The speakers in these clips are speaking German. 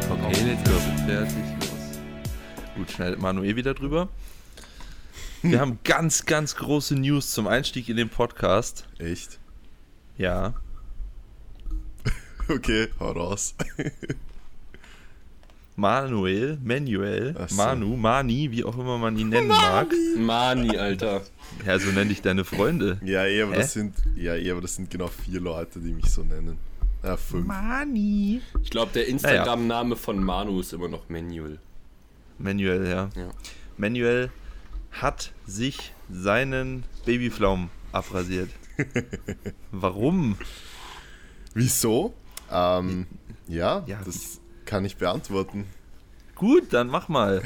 Okay, let's go. Fertig, los. Gut, schneidet Manuel wieder drüber. Wir haben ganz, ganz große News zum Einstieg in den Podcast. Echt? Ja. Okay, hau raus. Manuel, So. Manu, Mani, wie auch immer man ihn nennen mag. Mani, Alter. Ja, so nenne ich deine Freunde. Ja, aber Hä? das sind genau 4 Leute, die mich so nennen. Ja, 5. Mani. Ich glaube, der Instagram-Name von Manu ist immer noch Manuel. Manuel, ja. Ja. Manuel hat sich seinen Babypflaumen abrasiert. Warum? Wieso? Ja, Ja. das kann ich beantworten. Gut, dann mach mal.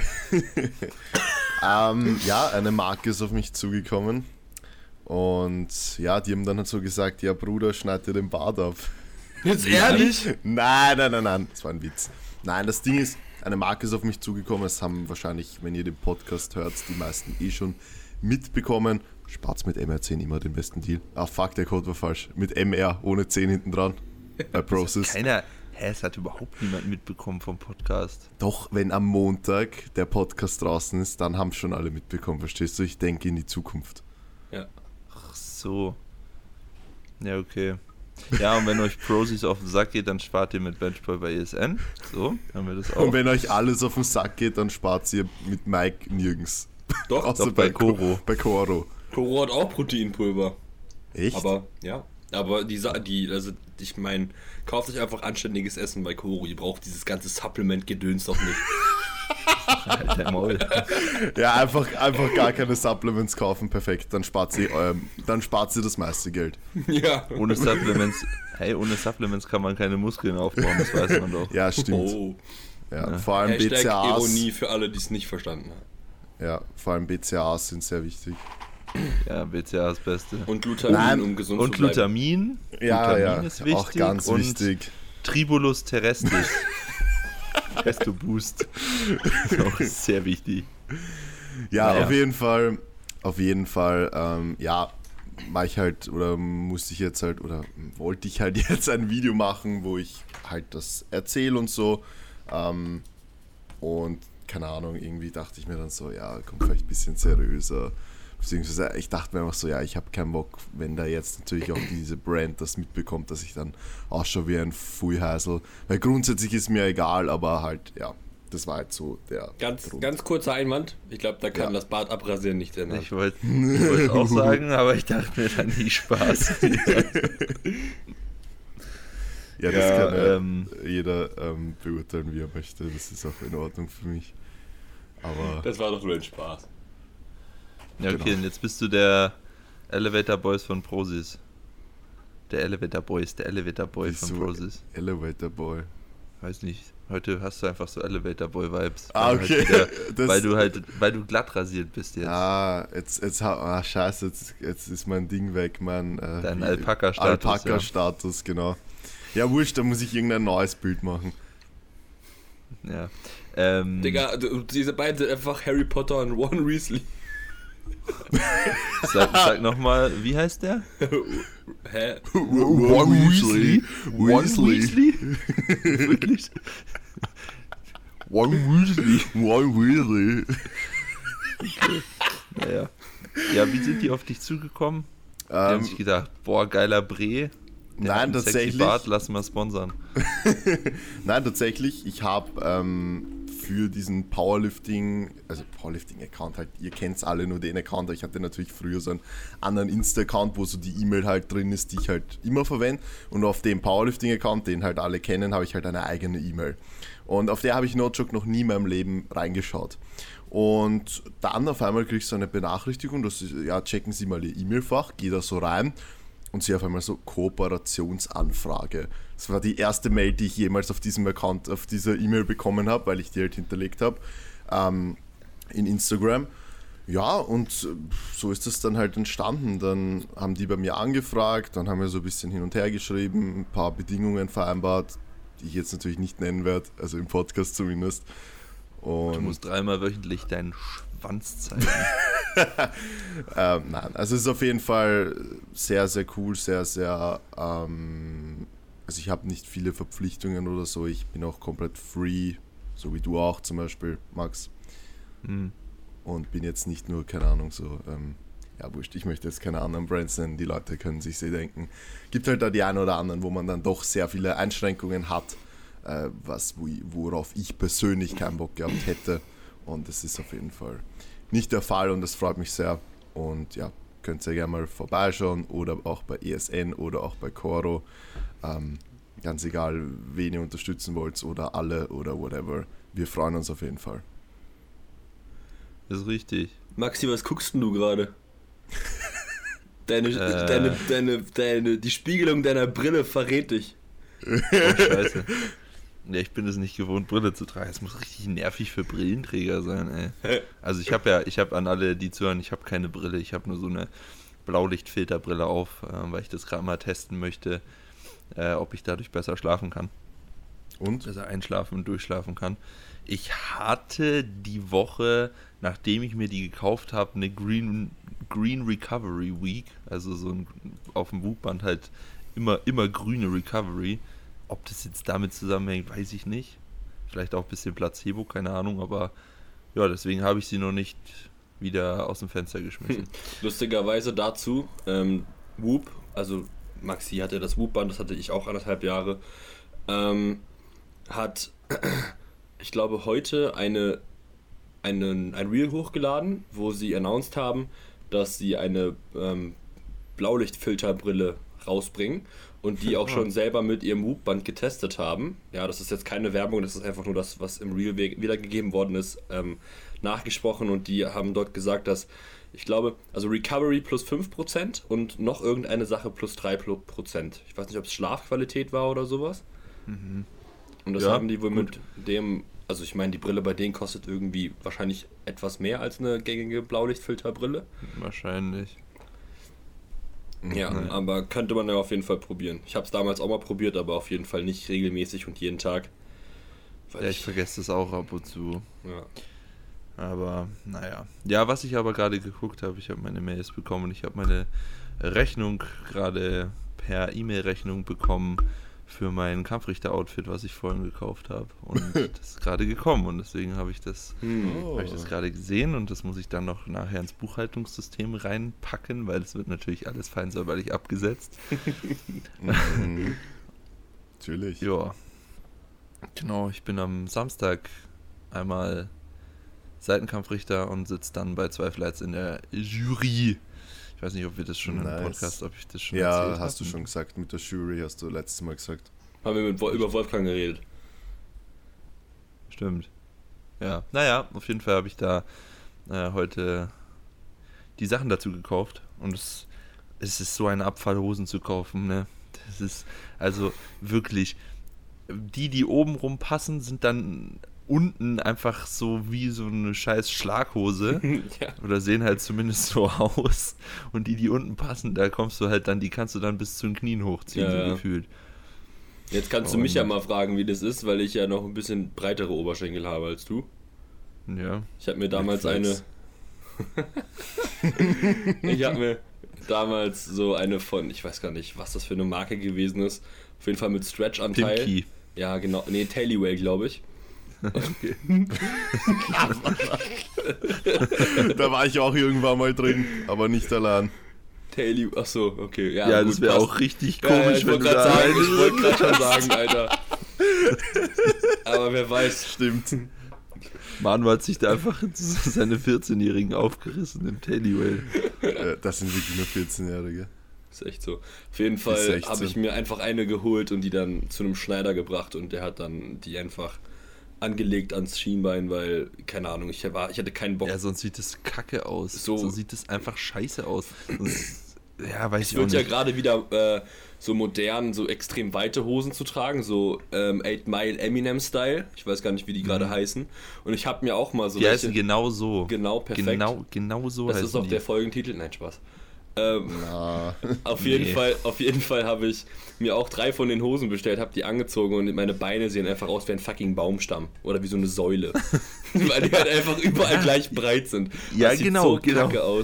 Ja, eine Marke ist auf mich zugekommen. Und ja, die haben dann halt so gesagt, ja Bruder, schneid dir den Bart ab. Jetzt ehrlich? Nein, das war ein Witz. Nein, das Ding ist, eine Marke ist auf mich zugekommen. Das haben wahrscheinlich, wenn ihr den Podcast hört, die meisten schon mitbekommen. Spart's mit MR10 immer den besten Deal. Ah fuck, der Code war falsch. Mit MR, ohne 10 hinten dran. Bei Process. Es hat überhaupt niemand mitbekommen vom Podcast. Doch, wenn am Montag der Podcast draußen ist, dann haben schon alle mitbekommen, verstehst du? Ich denke in die Zukunft. Ja. Ach so. Ja, okay. Ja, und wenn euch Prosis auf den Sack geht, dann spart ihr mit Benchboy bei ESN. So, haben wir das auch. Und wenn euch alles auf den Sack geht, dann spart ihr mit Mike nirgends. Doch, Außer bei Koro. Bei Koro. Koro hat auch Proteinpulver. Echt? Aber, ja. Aber ich meine, kauft euch einfach anständiges Essen bei Koro. Ihr braucht dieses ganze Supplement-Gedöns doch nicht. Alter Maul. Ja, einfach gar keine Supplements kaufen, perfekt. Dann spart sie das meiste Geld. Ja. Ohne Supplements kann man keine Muskeln aufbauen, das weiß man doch. Ja, stimmt. Oh. Ja, vor allem Hashtag BCAAs. Ironie für alle, die es nicht verstanden haben. Ja, vor allem BCAAs sind sehr wichtig. Ja, BCA ist das Beste. Und Glutamin, Nein. um gesund Und zu bleiben. Glutamin. Ja, Glutamin ist wichtig. auch ganz und wichtig. Tribulus terrestris. Testo Boost. Ist auch sehr wichtig. Ja, Naja. auf jeden Fall, ja, wollte ich halt jetzt ein Video machen, wo ich halt das erzähle und so. Und keine Ahnung, irgendwie dachte ich mir dann so, ja, kommt vielleicht ein bisschen seriöser. Beziehungsweise ich dachte mir einfach so, ja, ich habe keinen Bock, wenn da jetzt natürlich auch diese Brand das mitbekommt, dass ich dann ausschaue wie ein Fuihassel. Weil grundsätzlich ist mir egal, aber halt, ja, das war halt so der Grund. Ganz kurzer Einwand. Ich glaube, da kann Ja. das Bart abrasieren nichts ändern. Ich wollte auch sagen, aber ich dachte mir dann nie Spaß. Ja, das Ja, kann jeder beurteilen, wie er möchte. Das ist auch in Ordnung für mich. Aber Das war doch nur ein Spaß. Ja, okay, Genau. und jetzt bist du der Elevator Boys von Prosis. Der Elevator Boy von Wieso? Prosis. Elevator Boy. Weiß nicht, heute hast du einfach so Elevator Boy Vibes. Ah, Weil du okay. Halt Das- weil du glatt rasiert bist jetzt. Scheiße, jetzt ist mein Ding weg, Dein Alpaka-Status, Alpaka-Status, genau. Ja, wurscht, da muss ich irgendein neues Bild machen. Ja. Digga, diese beiden sind einfach Harry Potter und Ron Weasley. Sag nochmal, wie heißt der? Hä? Ron Weasley. Ron Weasley? Wirklich? Ron Weasley. Ron Weasley. Naja. Ja, wie sind die auf dich zugekommen? Die haben sich gedacht, boah, geiler Bre. Der hat Nein, einen sexy tatsächlich. Bart, lassen wir sponsern. Nein, tatsächlich, ich habe für diesen Powerlifting-Account halt, ihr kennt es alle, nur den Account, aber ich hatte natürlich früher so einen anderen Insta-Account, wo so die E-Mail halt drin ist, die ich halt immer verwende, und auf dem Powerlifting-Account, den halt alle kennen, habe ich halt eine eigene E-Mail. Und auf der habe ich no joke noch nie in meinem Leben reingeschaut. Und dann auf einmal kriege ich so eine Benachrichtigung, dass, ja, checken Sie mal Ihr E-Mail-Fach, gehe da so rein und sehe auf einmal so Kooperationsanfrage. Das war die erste Mail, die ich jemals auf diesem Account, auf dieser E-Mail bekommen habe, weil ich die halt hinterlegt habe in Instagram. Ja, und so ist das dann halt entstanden. Dann haben die bei mir angefragt, dann haben wir so ein bisschen hin und her geschrieben, ein paar Bedingungen vereinbart, die ich jetzt natürlich nicht nennen werde, also im Podcast zumindest. Und Du musst 3-mal wöchentlich deinen Schwanz zeigen. nein, also es ist auf jeden Fall sehr, sehr cool, sehr, sehr Also ich habe nicht viele Verpflichtungen oder so, ich bin auch komplett free, so wie du auch zum Beispiel, Max. Und bin jetzt nicht nur, keine Ahnung, so, ja wurscht, ich möchte jetzt keine anderen Brands nennen, die Leute können sich denken. Gibt halt da die einen oder anderen, wo man dann doch sehr viele Einschränkungen hat, worauf ich persönlich keinen Bock gehabt hätte. Und das ist auf jeden Fall nicht der Fall und das freut mich sehr. Und ja, könnt ihr gerne mal vorbeischauen oder auch bei ESN oder auch bei Coro. Ganz egal, wen ihr unterstützen wollt oder alle oder whatever. Wir freuen uns auf jeden Fall. Das ist richtig. Maxi, was guckst denn du gerade? Die Spiegelung deiner Brille verrät dich. Oh, scheiße. Ja, ich bin es nicht gewohnt, Brille zu tragen. Es muss richtig nervig für Brillenträger sein, ey. Also ich habe an alle, die zuhören, ich habe keine Brille. Ich habe nur so eine Blaulichtfilterbrille auf, weil ich das gerade mal testen möchte, ob ich dadurch besser schlafen kann. Und? Besser einschlafen und durchschlafen kann. Ich hatte die Woche, nachdem ich mir die gekauft habe, eine Green Recovery Week, also so auf dem Wugband halt immer grüne Recovery. Ob das jetzt damit zusammenhängt, weiß ich nicht. Vielleicht auch ein bisschen Placebo, keine Ahnung, aber ja, deswegen habe ich sie noch nicht wieder aus dem Fenster geschmissen. Lustigerweise dazu, Whoop, also Maxi hatte das Whoop-Band, das hatte ich auch 1,5 Jahre, hat, ich glaube, heute ein Reel hochgeladen, wo sie announced haben, dass sie eine Blaulichtfilterbrille rausbringen und die auch schon selber mit ihrem Whoop-Band getestet haben. Ja, das ist jetzt keine Werbung, das ist einfach nur das, was im Reel wiedergegeben worden ist, nachgesprochen und die haben dort gesagt, dass ich glaube, also Recovery plus 5% und noch irgendeine Sache plus 3%. Ich weiß nicht, ob es Schlafqualität war oder sowas. Mhm. Und das haben die wohl mit dem, also ich meine, die Brille bei denen kostet irgendwie wahrscheinlich etwas mehr als eine gängige Blaulichtfilterbrille. Wahrscheinlich. Ja, aber könnte man ja auf jeden Fall probieren. Ich habe es damals auch mal probiert, aber auf jeden Fall nicht regelmäßig und jeden Tag. Ja, ich vergesse das auch ab und zu. Ja. Aber, naja. Ja, was ich aber gerade geguckt habe, ich habe meine Mails bekommen und ich habe meine Rechnung gerade per E-Mail-Rechnung bekommen für mein Kampfrichter-Outfit, was ich vorhin gekauft habe. Und das ist gerade gekommen und deswegen habe ich das gerade gesehen und das muss ich dann noch nachher ins Buchhaltungssystem reinpacken, weil es wird natürlich alles fein säuberlich abgesetzt. Natürlich. Ja. Genau, ich bin am Samstag einmal Seitenkampfrichter und sitze dann bei 2 Flights in der Jury. Ich weiß nicht, ob wir das schon im Podcast, ob ich das schon erzählt habe. Ja, hast du schon gesagt, mit der Jury hast du letztes Mal gesagt. Haben wir über Wolfgang geredet. Stimmt. Ja, naja, auf jeden Fall habe ich da heute die Sachen dazu gekauft und es ist so ein Abfall, Hosen zu kaufen, ne? Das ist, also wirklich, die oben rum passen, sind dann unten einfach so wie so eine scheiß Schlaghose Ja. oder sehen halt zumindest so aus und die unten passen, da kommst du halt dann, die kannst du dann bis zu den Knien hochziehen, Ja, so gefühlt. Jetzt kannst du mich ja mal fragen, wie das ist, weil ich ja noch ein bisschen breitere Oberschenkel habe als du. Ja. Ich habe mir damals so eine von, ich weiß gar nicht, was das für eine Marke gewesen ist, auf jeden Fall mit Stretch-Anteil. Pimki. Ja, genau, nee, Tailyway, glaube ich. Okay. Da war ich auch irgendwann mal drin, aber nicht allein. Achso, okay. Ja, gut, das wäre passt. auch richtig komisch, ich wenn wollte du da gerade schon sagen, Alter. Aber wer weiß. Stimmt. Manu hat sich da einfach seine 14-Jährigen aufgerissen im Tailyway. Das sind wirklich nur 14-Jährige. Ist echt so. Auf jeden Fall habe ich mir einfach eine geholt und die dann zu einem Schneider gebracht und der hat dann die einfach angelegt ans Schienbein, weil, keine Ahnung, ich hatte keinen Bock. Ja, sonst sieht das kacke aus. So sieht es einfach scheiße aus. Ja, weiß es ich auch wird nicht. ja gerade wieder so modern, so extrem weite Hosen zu tragen, so 8 Mile Eminem-Style. Ich weiß gar nicht, wie die gerade heißen. Und ich habe mir auch mal so die heißen genau so. Genau, perfekt. Genau so das heißen ist auch die. der Folgentitel. Nein, Spaß. Na. Auf jeden Fall habe ich mir auch 3 von den Hosen bestellt, habe die angezogen und meine Beine sehen einfach aus wie ein fucking Baumstamm oder wie so eine Säule, weil die halt einfach überall gleich breit sind. Ja, das sieht genau, so kacke aus.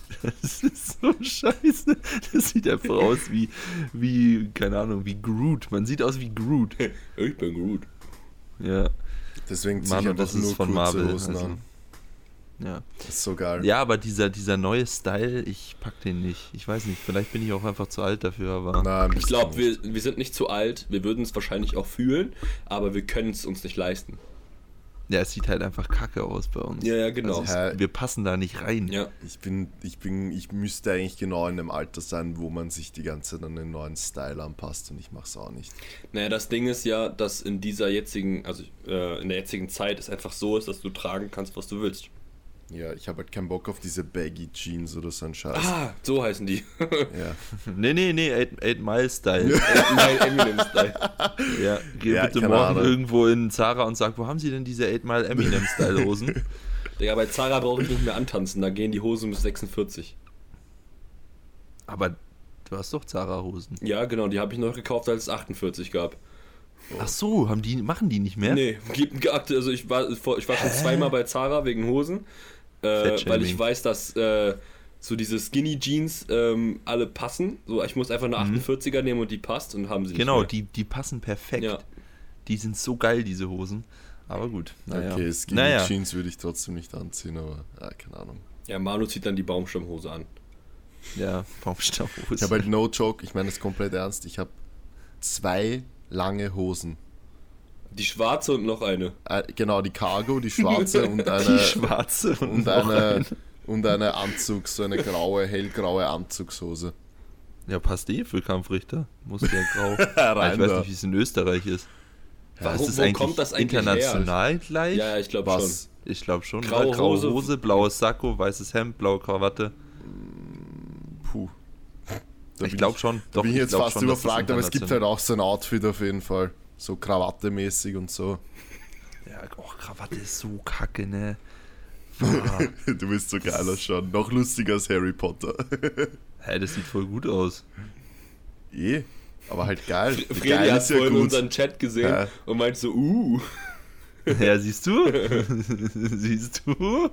Das ist so scheiße. Das sieht einfach aus wie, keine Ahnung, wie Groot. Man sieht aus wie Groot. Ich bin gut. Ja. Deswegen ziehe ich Mann, einfach das ist nur von kurze Marvel. Hosen Also, an. ja. Das ist so geil. Ja, aber dieser neue Style, ich pack den nicht. Ich weiß nicht, vielleicht bin ich auch einfach zu alt dafür, aber Nein, Ich glaube, wir sind nicht zu alt, wir würden es wahrscheinlich auch fühlen, aber wir können es uns nicht leisten. ja, es sieht halt einfach kacke aus bei uns. Ja, genau. Also wir passen da nicht rein. Ja. Ich müsste eigentlich genau in dem Alter sein, wo man sich die ganze Zeit an den neuen Style anpasst und ich mache es auch nicht. Naja, das Ding ist ja, dass in dieser jetzigen, in der jetzigen Zeit es einfach so ist, dass du tragen kannst, was du willst. Ja, ich habe halt keinen Bock auf diese Baggy Jeans oder so ein Scheiß. Ah, so heißen die. Ja. Nee, 8 Mile Style. Mein Eminem-Style. Ja, geh Ja, bitte keine morgen Ahnung. irgendwo in Zara und sag, wo haben sie denn diese 8 Mile Eminem Style Hosen? Digga, bei Zara brauche ich nicht mehr antanzen, da gehen die Hosen bis 46. Aber du hast doch Zara Hosen. Ja, genau, die habe ich noch gekauft, als es 48 gab. Ach so, machen die nicht mehr? Nee, also ich war schon zweimal bei Zara wegen Hosen, weil ich weiß, dass so diese Skinny Jeans alle passen. So, ich muss einfach eine 48er nehmen und die passt und haben sie Genau, nicht mehr. die passen perfekt. Ja. Die sind so geil, diese Hosen. Aber gut, naja. Okay, Skinny Jeans würde ich trotzdem nicht anziehen, aber keine Ahnung. Ja, Manu zieht dann die Baumstammhose an. Ja, Baumstammhose. Ich habe halt no joke, ich meine das komplett ernst, ich habe 2 lange Hosen. Die schwarze und noch eine. Genau, die Cargo, die schwarze und die eine schwarze und noch eine Anzug, so eine graue, hellgraue Anzugshose. Ja, passt für Kampfrichter. Muss ja grau. Rein Ich weiß da. nicht, wie es in Österreich ist. Warum, ist wo kommt das eigentlich international gleich? Ja, ich glaube schon. Was? Ich glaube schon. Graue Graue Hose. Hose, blaues Sakko, weißes Hemd, blaue Krawatte. Puh. Ich glaube schon. Da bin ich jetzt glaub fast schon, dass das überfragt, aber es gibt halt international- auch so ein Outfit auf jeden Fall. So Krawatte-mäßig und so. Ja, Krawatte ist so kacke, ne? Du bist so geiler schon. Noch lustiger als Harry Potter. Hä, das sieht voll gut aus. Aber halt geil. Fredi Geil hat ist ja vorhin gut. unseren Chat gesehen Ja. und meinte so, Ja, siehst du? Siehst du?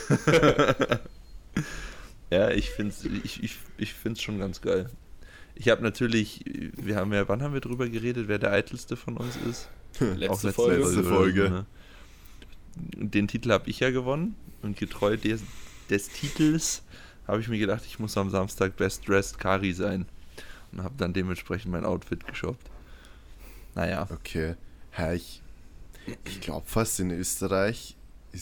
Ja, ich find's schon ganz geil. Ich habe natürlich, wann haben wir drüber geredet, wer der Eitelste von uns ist? letzte Folge. Letzte Folge. oder so, ne? Den Titel habe ich ja gewonnen und getreu des Titels habe ich mir gedacht, ich muss am Samstag Best Dressed Kari sein und habe dann dementsprechend mein Outfit geshoppt. Naja. Okay. Ja, ich glaube fast in Österreich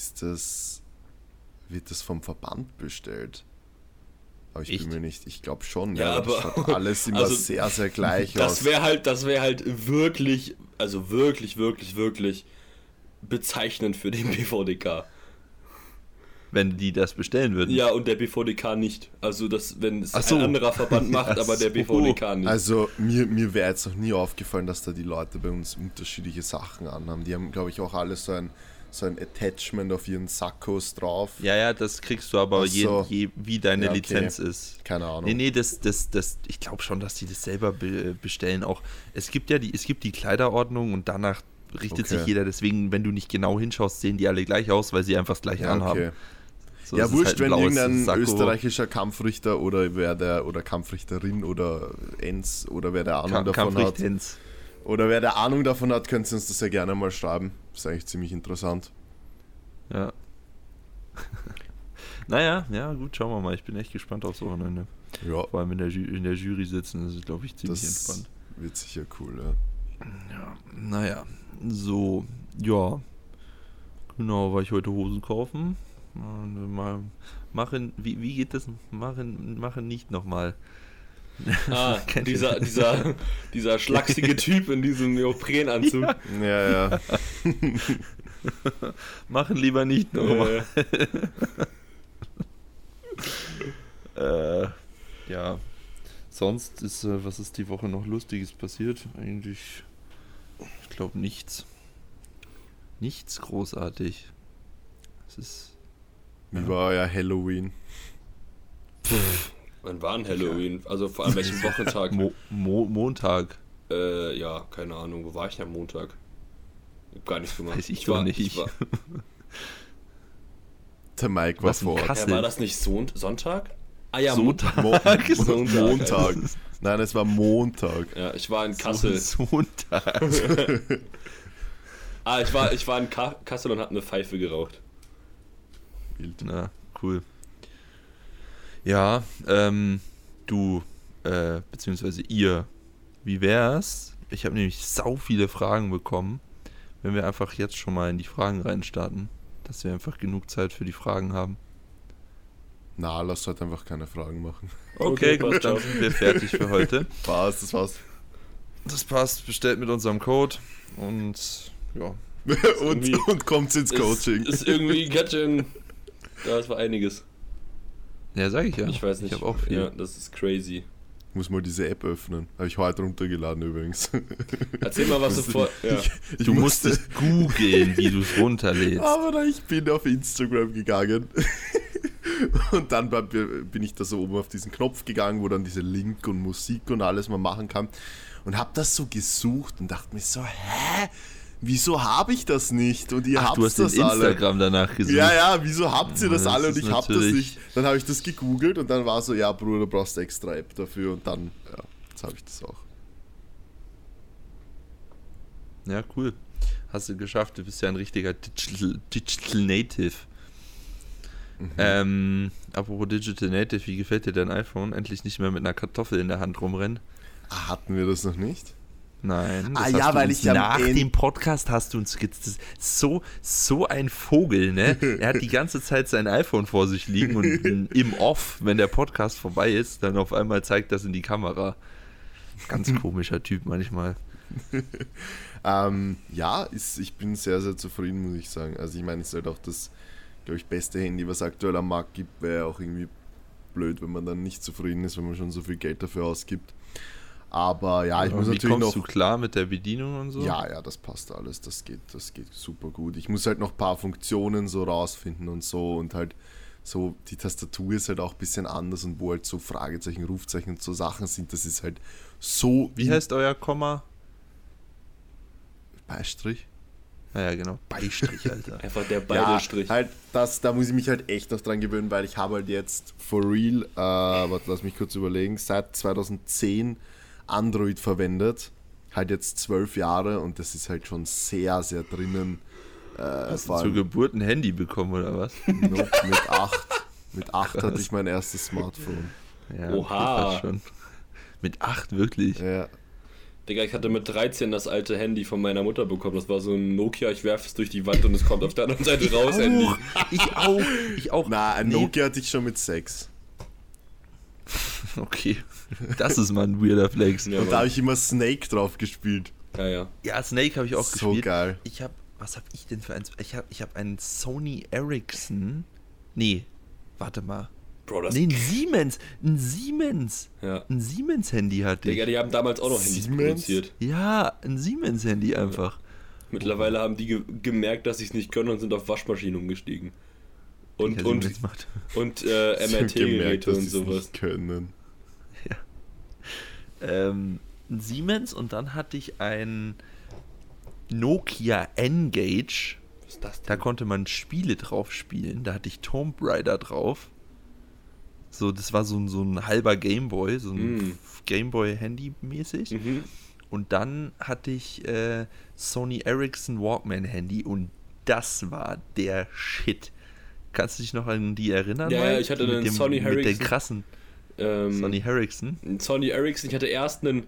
wird das vom Verband bestellt. Aber ich Echt? bin mir nicht, ich glaube schon, Ja, das aber- schaut alles immer also, sehr, sehr gleich aus. Das wäre halt wirklich, also wirklich, wirklich, wirklich bezeichnend für den BVDK. Wenn die das bestellen würden. Ja, und der BVDK nicht. Also, wenn es Ach so. ein anderer Verband macht, Ach aber der so. BVDK nicht. Also mir wäre jetzt noch nie aufgefallen, dass da die Leute bei uns unterschiedliche Sachen anhaben. Die haben, glaube ich, auch alle so ein Attachment auf ihren Sakkos drauf. Ja, das kriegst du aber Ach so. wie deine Ja, okay. Lizenz ist. Keine Ahnung. Nee, ich glaube schon, dass die das selber bestellen. Auch es gibt die Kleiderordnung und danach richtet Okay. sich jeder. Deswegen, wenn du nicht genau hinschaust, sehen die alle gleich aus, weil sie einfach das gleiche Ja, anhaben. okay. So, Ja, es ist wurscht, halt ein wenn blaues irgendein Sakko. österreichischer Kampfrichter oder Kampfrichterin oder Enz oder wer der Ahnung davon hat. Kampfrichtenz. Oder wer der Ahnung davon hat, könnt ihr uns das ja gerne mal schreiben. Das ist eigentlich ziemlich interessant. Ja. Naja, ja, gut, schauen wir mal. Ich bin echt gespannt aufs Wochenende. Ja, Vor allem in der Jury sitzen, das ist, glaube ich, ziemlich das entspannt. wird sicher cool, ja. Ja, naja, so, ja. Genau, war ich heute Hosen kaufen. Mal machen, wie geht das? Machen nicht nochmal. Kennt ihr dieser schlachsige Typ in diesem Neoprenanzug. Ja. Machen lieber nicht nochmal. Ja, sonst ist, was ist die Woche noch Lustiges passiert? Eigentlich, ich glaube nichts. Nichts großartig. Es ist. Wie war euer Halloween? Wann war ein Halloween? Also vor allem welchen Wochentag? Montag. Ja, keine Ahnung. Wo war ich denn am Montag? Ich hab gar nichts gemacht. Weiß ich doch nicht. Der Mike war Was, in vor Ort. Kassel? War das nicht Sonntag? Ah ja, Montag. Montag. Nein, es war Montag. Ja, ich war in Kassel. Sonntag. Ich war in Kassel und habe eine Pfeife geraucht. Wild. Na, cool. Ja, du, beziehungsweise ihr, wie wär's? Ich habe nämlich sau viele Fragen bekommen, wenn wir einfach jetzt schon mal in die Fragen reinstarten, dass wir einfach genug Zeit für die Fragen haben. Na, lass halt einfach keine Fragen machen. Okay, gut, dann sind wir fertig für heute. Passt, das war's. Das passt, bestellt mit unserem Code und ja. und kommt ins Coaching. Ist irgendwie ganz schön. Das war einiges. Ja, sag ich ja. Ich weiß nicht. Ich habe auch viel. Ja, das ist crazy. Ich muss mal diese App öffnen. Habe ich heute runtergeladen übrigens. Erzähl mal, was du vor. Ja. Du musstest googeln, wie du es runterlädst. Aber ich bin auf Instagram gegangen. Und dann bin ich da so oben auf diesen Knopf gegangen, wo dann diese Link und Musik und alles man machen kann. Und habe das so gesucht und dachte mir so, hä? Wieso habe ich das nicht? Und ihr habt du hast das den alle. Instagram danach gesucht. Ja, wieso habt ihr das Das alle und ist ich hab das natürlich- nicht? Dann habe ich das gegoogelt und dann war so, ja Bruder, du brauchst extra App dafür und dann, ja, jetzt habe ich das auch. Ja, cool. Hast du geschafft, du bist ja ein richtiger Digital Native. Apropos Digital Native, wie gefällt dir dein iPhone? Endlich nicht mehr mit einer Kartoffel in der Hand rumrennen. Ah, hatten wir das noch nicht? Nein, das Ah, hast ja, du weil uns ich am nach Ende- dem Podcast hast du uns so ein Vogel, ne? Er hat die ganze Zeit sein iPhone vor sich liegen und im Off, wenn der Podcast vorbei ist, dann auf einmal zeigt das in die Kamera. Ganz komischer Typ manchmal. Ja, ich bin sehr, sehr zufrieden, muss ich sagen. Also ich meine, es ist halt auch das, glaube ich, beste Handy, was es aktuell am Markt gibt. Wäre auch irgendwie blöd, wenn man dann nicht zufrieden ist, wenn man schon so viel Geld dafür ausgibt. Aber ja, ich muss Wie natürlich kommst noch... du klar mit der Bedienung und so? Ja, das passt alles, das geht super gut. Ich muss halt noch ein paar Funktionen so rausfinden und so und halt so, die Tastatur ist halt auch ein bisschen anders und wo halt so Fragezeichen, Rufzeichen und so Sachen sind, das ist halt so... Wie heißt euer Komma? Beistrich? Ja, genau. Beistrich, Alter. Einfach der Ja, Beidelstrich. halt da muss ich mich halt echt noch dran gewöhnen, weil ich habe halt jetzt for real, warte, lass mich kurz überlegen, seit 2010 Android verwendet, halt jetzt 12 Jahre und das ist halt schon sehr, sehr drinnen. Hast du vor zur allem Geburt ein Handy bekommen, oder was? noch mit 8. Mit 8 hatte ich mein erstes Smartphone. Ja, Oha. fast schon. Mit 8 wirklich? Ja. Digga, ich hatte mit 13 das alte Handy von meiner Mutter bekommen. Das war so ein Nokia, ich werfe es durch die Wand und es kommt auf der anderen Seite raus, Handy. Ich auch. Na, ein Nee. Nokia hatte ich schon mit 6. Okay, das ist mal ein weirder Flex. Ja, Und da Mann. habe ich immer Snake drauf gespielt. Ja. Ja, Snake habe ich auch So gespielt. geil. Was habe ich denn für eins? Ich hab einen Sony Ericsson. Nee, warte mal. Bro, das... Nee, ein Siemens. Ja. Ein Siemens-Handy hatte ich. Digga, die haben damals auch noch Handys Siemens? produziert. Ja, ein Siemens-Handy einfach. Mittlerweile haben die gemerkt, dass sie es nicht können und sind auf Waschmaschinen umgestiegen. Und Siemens macht. Sie haben gemerkt, MRT-Geräte dass und sie es sowas. nicht können. Ein Siemens und dann hatte ich ein Nokia N-Gage. Was ist das Da denn? konnte man Spiele drauf spielen. Da hatte ich Tomb Raider drauf. So, das war so ein halber Gameboy, so ein Gameboy-Handy mäßig. Mhm. Und dann hatte ich Sony Ericsson Walkman-Handy und das war der Shit. Kannst du dich noch an die erinnern? Ja, Mike? ich hatte Mit einen dem, Sony Mit der Ericsson. krassen Sony Ericsson. Ein Sony Ericsson, ich hatte erst einen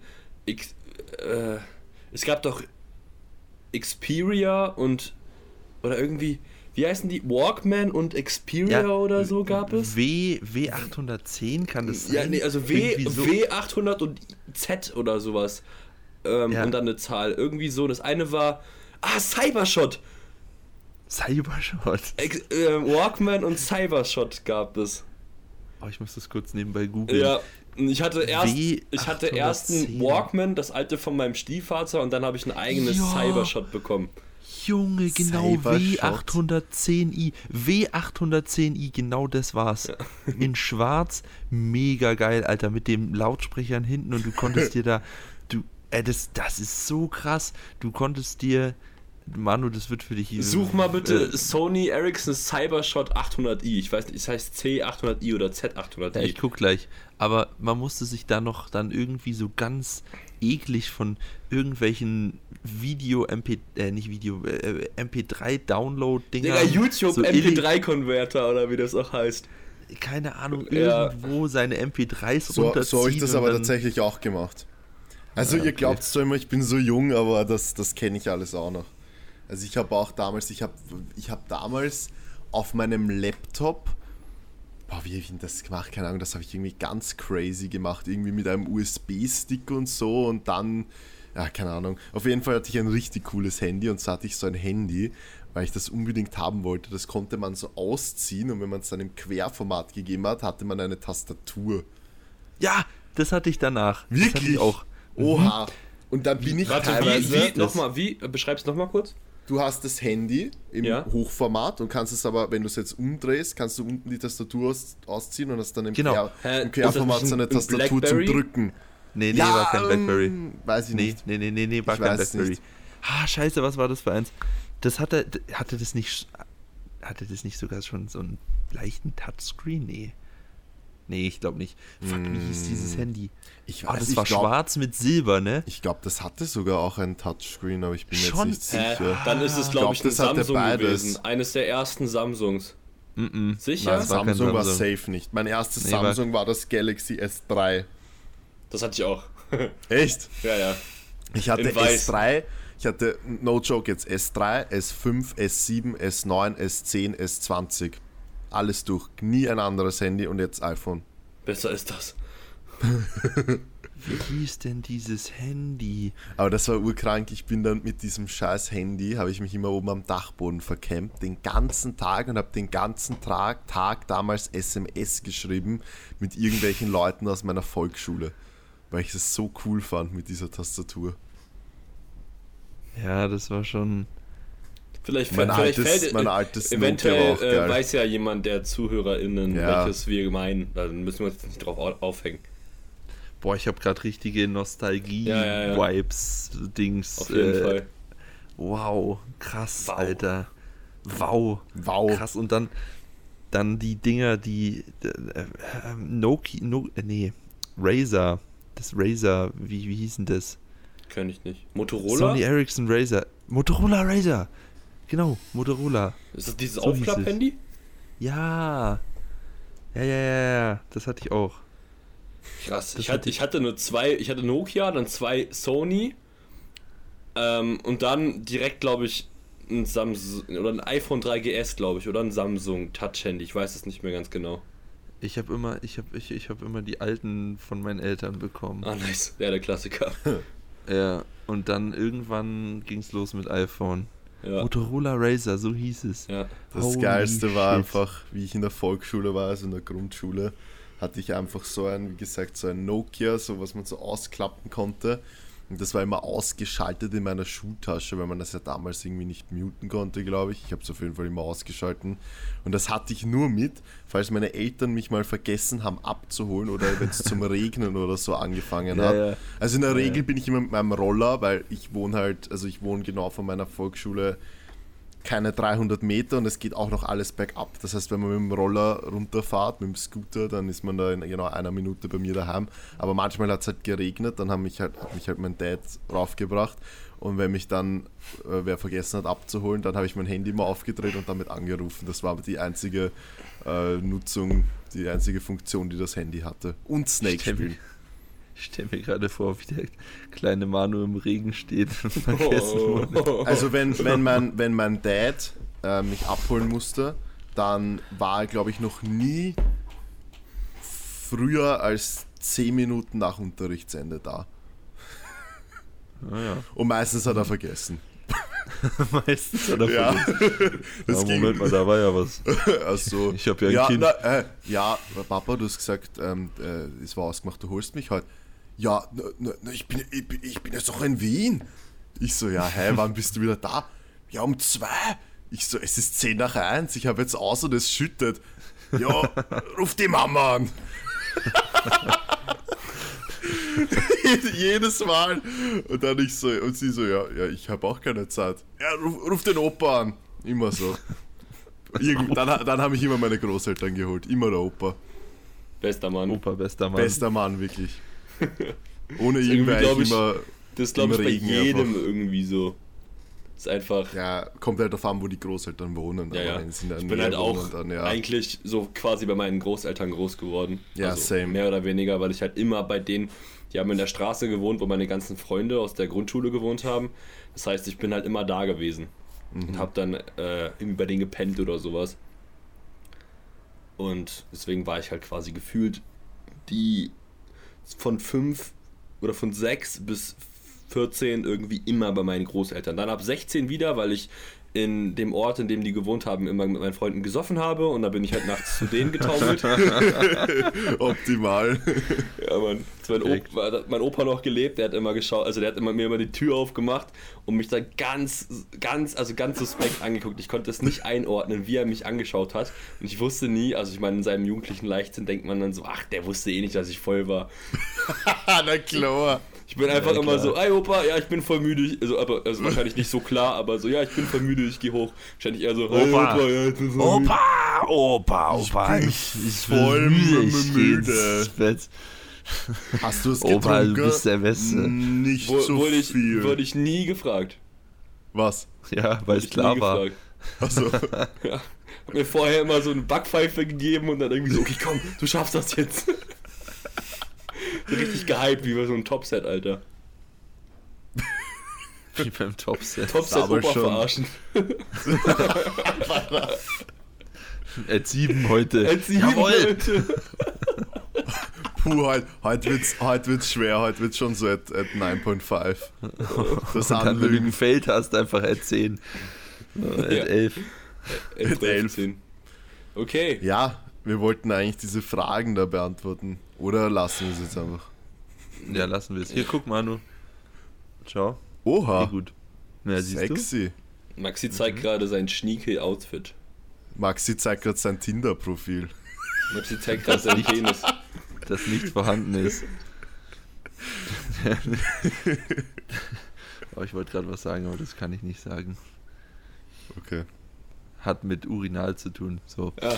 es gab doch Xperia oder irgendwie, wie heißen die? Walkman und Xperia oder so gab es? W810 kann das sein? Ja, nee, also Irgendwie so. W800 und Z oder sowas. Ja. Und dann eine Zahl. Irgendwie so. Das eine war. Cybershot! Cybershot. Walkman und Cybershot gab es. Oh, ich muss das kurz nebenbei googeln. Ja, ich hatte erst W810. einen Walkman, das alte von meinem Stiefvater, und dann habe ich ein eigenes Ja. Cybershot bekommen. Junge, genau, Cybershot. W810i. W810i, genau das war's. In schwarz, mega geil, Alter, mit den Lautsprechern hinten und du konntest dir da, das ist so krass, du konntest dir Manu, das wird für dich... Such mal bitte Sony Ericsson Cybershot 800i. Ich weiß nicht, es heißt C800i oder Z800i. Ja, ich guck gleich. Aber man musste sich da noch dann irgendwie so ganz eklig von irgendwelchen MP3-Download-Dinger... Digga, YouTube so MP3-Konverter oder wie das auch heißt. Keine Ahnung, Ja. irgendwo seine MP3s So runterziehen. habe ich das und aber dann- tatsächlich auch gemacht. Also Ja, ihr okay. glaubt zwar immer, ich bin so jung, aber das kenne ich alles auch noch. Also ich habe auch damals, ich hab damals auf meinem Laptop, wie habe ich denn das gemacht? Keine Ahnung, das habe ich irgendwie ganz crazy gemacht. Irgendwie mit einem USB-Stick und so und dann, ja, keine Ahnung. Auf jeden Fall hatte ich ein richtig cooles Handy und so hatte ich so ein Handy, weil ich das unbedingt haben wollte. Das konnte man so ausziehen und wenn man es dann im Querformat gegeben hat, hatte man eine Tastatur. Ja, das hatte ich danach. Das hatte Wirklich? ich auch. Oha. Und dann bin ich Warte, teilweise... beschreib's nochmal kurz. Du hast das Handy im Ja. Hochformat und kannst es aber, wenn du es jetzt umdrehst, kannst du unten die Tastatur ausziehen und hast dann im, Genau. Im Querformat Ist das so eine ein Tastatur zum Blackberry? Drücken. Nee, war kein Blackberry. Weiß ich Nee, nicht. nee, war Ich kein weiß Blackberry. nicht. Scheiße, was war das für eins? Das hatte das nicht sogar schon so einen leichten Touchscreen? Nee, ich glaube nicht. Fuck, wie hieß dieses Handy? Ich Oh, weiß, das ich war glaub- schwarz mit Silber, ne? Ich glaube, das hatte sogar auch ein Touchscreen, aber ich bin mir Schon? jetzt nicht sicher. Dann ist es, glaube ich, ein das hatte Samsung beides. gewesen. Eines der ersten Samsungs. Mm-mm. Sicher? Nein, das war kein Samsung war Samsung. safe nicht. Mein erstes Nee, war- Samsung war das Galaxy S3. Das hatte ich auch. Echt? Ja. Ich hatte In weiß. S3, ich hatte, no joke jetzt, S3, S5, S7, S9, S10, S20. Alles durch. Nie ein anderes Handy und jetzt iPhone. Besser ist das. Wie hieß denn dieses Handy? Aber das war urkrank. Ich bin dann mit diesem scheiß Handy, habe ich mich immer oben am Dachboden verkämmt, den ganzen Tag und habe den ganzen Tag damals SMS geschrieben mit irgendwelchen Leuten aus meiner Volksschule, weil ich es so cool fand mit dieser Tastatur. Ja, das war schon... Vielleicht Mein fällt altes Nokia eventuell war auch geil. weiß ja jemand der ZuhörerInnen, Ja. welches wir meinen. Dann müssen wir uns jetzt nicht drauf aufhängen. Boah, ich habe gerade richtige Ja. Nostalgie-Vibes-Dings. Auf jeden Fall. Wow, krass, Wow. Alter. Wow. Wow. Krass, und dann die Dinger, die Razer. Das Razer, wie hieß denn das? Kenn ich nicht. Motorola? Sony Ericsson Razer. Motorola Razer. Genau, Motorola. Ist das dieses So hieß Aufklapp-Handy? Ja. Ja. Das hatte ich auch. Krass. Das Ich hatte nur zwei, ich hatte Nokia, dann zwei Sony und dann direkt, glaube ich, ein Samsung oder ein iPhone 3GS, glaube ich, oder ein Samsung Touch-Handy. Ich weiß es nicht mehr ganz genau. Ich habe immer die alten von meinen Eltern bekommen. Ah, nice. Ja, der Klassiker. Ja, und dann irgendwann ging's los mit iPhone. Ja. Motorola Razer, so hieß es. Ja. Das Holy Geilste war shit. einfach, wie ich in der Volksschule war, also in der Grundschule, hatte ich einfach so ein, wie gesagt, so ein Nokia, so was man so ausklappen konnte. Und das war immer ausgeschaltet in meiner Schuhtasche, weil man das ja damals irgendwie nicht muten konnte, glaube ich. Ich habe es auf jeden Fall immer ausgeschalten. Und das hatte ich nur mit, falls meine Eltern mich mal vergessen haben abzuholen oder wenn es zum Regnen oder so angefangen hat. Ja. Also in der Regel bin ich immer mit meinem Roller, weil ich wohne genau von meiner Volksschule keine 300 Meter und es geht auch noch alles bergab. Das heißt, wenn man mit dem Roller runterfährt, mit dem Scooter, dann ist man da in genau einer Minute bei mir daheim. Aber manchmal hat es halt geregnet, dann hat mich halt mein Dad raufgebracht und wenn mich dann wer vergessen hat abzuholen, dann habe ich mein Handy mal aufgedreht und damit angerufen. Das war aber die einzige Nutzung, die einzige Funktion, die das Handy hatte. Und Snake spielen. Ich stelle mir gerade vor, wie der kleine Manu im Regen steht und vergessen wurde. Also wenn mein Dad mich abholen musste, dann war er, glaube ich, noch nie früher als 10 Minuten nach Unterrichtsende da. Naja, Und meistens hat er vergessen. meistens hat er Ja, vergessen. das Ja, ging. Moment mal, da war ja was. Also, Ich hab ja ein Kind. Ja, Papa, du hast gesagt, es war ausgemacht, du holst mich heute. Ja, ich bin jetzt noch in Wien. Ich so, ja, hey, wann bist du wieder da? Ja, um 2. Ich so, es ist 10 nach 1, ich habe jetzt aus und es schüttet. Ja, ruf die Mama an. Jedes Mal. Und dann ich so, und sie so, ja, ich habe auch keine Zeit. Ja, ruf den Opa an. Immer so. Dann habe ich immer meine Großeltern geholt. Immer der Opa. Bester Mann. Opa, bester Mann. Bester Mann, wirklich. Ohne Das ihn wäre glaub ich immer... Das glaube ich bei Regen jedem einfach. irgendwie so. Ist einfach. Ja, kommt halt darauf an, wo die Großeltern wohnen. Ja, aber ja. wenn sie in der Ich bin Nähe halt auch wohnen, dann, ja. eigentlich so quasi bei meinen Großeltern groß geworden. Ja, also same. Mehr oder weniger, weil ich halt immer bei denen, die haben in der Straße gewohnt, wo meine ganzen Freunde aus der Grundschule gewohnt haben. Das heißt, ich bin halt immer da gewesen. Und habe dann irgendwie bei denen gepennt oder sowas. Und deswegen war ich halt quasi gefühlt die von 5 oder von 6 bis 14 irgendwie immer bei meinen Großeltern. Dann ab 16 wieder, weil ich in dem Ort, in dem die gewohnt haben, immer mit meinen Freunden gesoffen habe und da bin ich halt nachts zu denen getaumelt. Optimal. Ja, Mann. Mein Opa noch gelebt, der hat immer geschaut, also der hat mir immer die Tür aufgemacht und mich dann ganz suspekt angeguckt. Ich konnte es nicht einordnen, wie er mich angeschaut hat. Und ich wusste nie, also ich meine, in seinem jugendlichen Leichtsinn denkt man dann so, ach, der wusste eh nicht, dass ich voll war. Na klar. Ich bin einfach Ja, immer klar. so, ey Opa, ja, ich bin voll müde. Also wahrscheinlich nicht so klar, aber so, ja, ich bin voll müde, ich gehe hoch. Wahrscheinlich eher so, hey Opa. Opa, ja, ich bin so müde. Opa, bin ich voll ich geh müde. ins Bett. Hast du es Opa, getrunken? du bist der Beste. Nicht so viel. Wurde ich nie gefragt. Was? Ja, weil es Wurde ich klar nie war. gefragt. Achso. Ja. Hab mir vorher immer so eine Backpfeife gegeben und dann irgendwie so, okay, komm, du schaffst das jetzt. So richtig gehypt, wie bei so einem Topset, Alter. Wie beim Topset. Topset aber Opa schon. verarschen. At 7 heute. Als sie Jawohl. Leute. Puh, heute wird's schwer. Heute wird's schon so at 9.5. Das Und dann, wenn du Anlügen. gefällt hast, einfach at 10. At Ja. 11. Elf. Okay. Ja, wir wollten eigentlich diese Fragen da beantworten. Oder lassen wir es jetzt einfach? Ja, lassen wir es. Hier, guck, Manu. Schau. Oha, Wie gut. Ja, siehst du? sexy. Maxi zeigt gerade sein schnieke Outfit. Maxi zeigt gerade sein Tinder-Profil. Maxi zeigt gerade seinen Penis. Das nicht vorhanden ist. Oh, ich wollte gerade was sagen, aber das kann ich nicht sagen. Okay. Hat mit Urinal zu tun. So. Ja.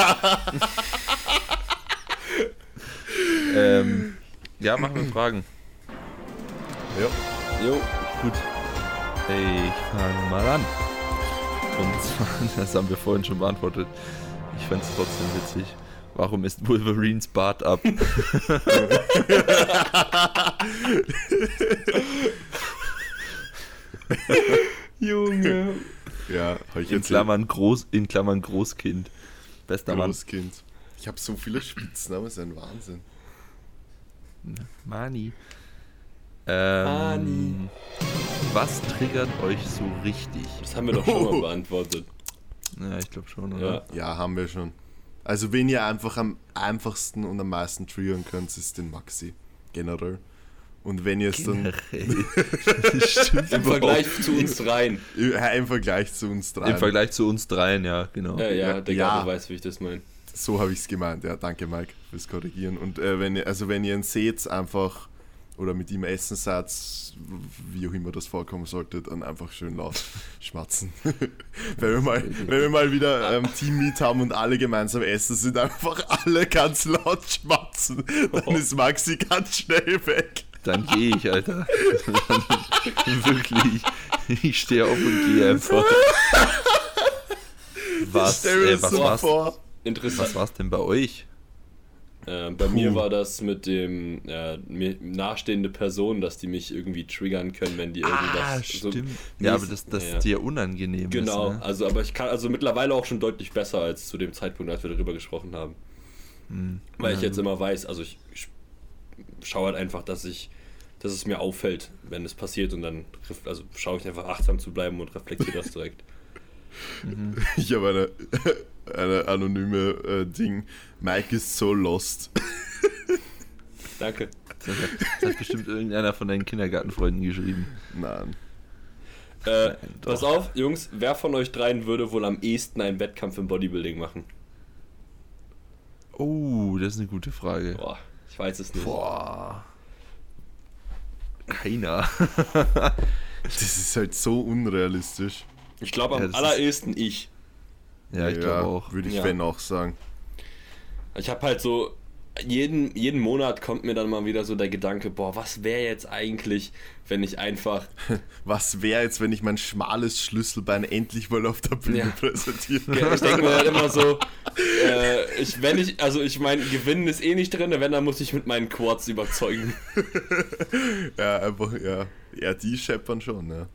Ja, machen wir Fragen. Ja. Jo. Gut. Ich fange mal an. Und zwar, das haben wir vorhin schon beantwortet. Ich fand es trotzdem witzig. Warum ist Wolverines Bart ab? Junge. Ja, habe ich In jetzt Klammern Großkind. Bester Mann. Großkind. Ich habe so viele Spitznamen, das ist ein Wahnsinn. Mani. Mani. Was triggert euch so richtig? Das haben wir doch schon mal beantwortet. Ja, ich glaube schon, Ja. oder? Ja, haben wir schon. Also wen ihr einfach am einfachsten und am meisten triggern könnt, ist den Maxi. Generell. Und wenn ihr es dann Das stimmt Im Vergleich zu uns rein. im Vergleich zu uns drei. Im Vergleich zu uns dreien, ja, genau. Ja, Digga, Ja. du weißt, wie ich das meine. So habe ich es gemeint. Ja, danke Mike fürs Korrigieren. Und wenn ihr ihn seht, einfach oder mit ihm essen seid, wie auch immer das vorkommen sollte, dann einfach schön laut schmatzen. wenn wir mal wieder Team-Meet haben und alle gemeinsam essen, sind einfach alle ganz laut schmatzen. Dann ist Maxi ganz schnell weg. Dann gehe ich, Alter. Wirklich. Ich stehe auf und gehe einfach. Was, Stell mir das was, so war's, vor. Interessant. was war's denn bei euch? Bei mir war das mit dem mir nahestehende Person, dass die mich irgendwie triggern können, wenn die irgendwas. So, Ja, aber das ja. dir unangenehm Genau, ist. Ne? also aber ich kann also mittlerweile auch schon deutlich besser als zu dem Zeitpunkt, als wir darüber gesprochen haben. Weil ich jetzt immer weiß, also ich schaue halt einfach, dass es mir auffällt, wenn es passiert und dann schaue ich einfach achtsam zu bleiben und reflektiere das direkt. Ich habe eine anonyme Ding. Mike ist so lost. Danke. Das hat bestimmt irgendeiner von deinen Kindergartenfreunden geschrieben. Nein. Pass auf, Jungs, wer von euch dreien würde wohl am ehesten einen Wettkampf im Bodybuilding machen? Oh, das ist eine gute Frage. Boah, ich weiß es nicht. Boah. keiner. Das ist halt so unrealistisch. Ich glaube am Ja, das allerersten ich. Ja, ich glaube auch. Würde ich Ja. wenn auch sagen. Ich habe halt so, jeden Monat kommt mir dann mal wieder so der Gedanke, boah, was wäre jetzt eigentlich, wenn ich einfach, Was wäre jetzt, wenn ich mein schmales Schlüsselbein endlich mal auf der Bühne Ja. präsentiere? ich denke mir halt immer so, ich meine, gewinnen ist eh nicht drin, wenn, dann muss ich mit meinen Quads überzeugen. Ja, einfach, ja. Ja, die scheppern schon, ja.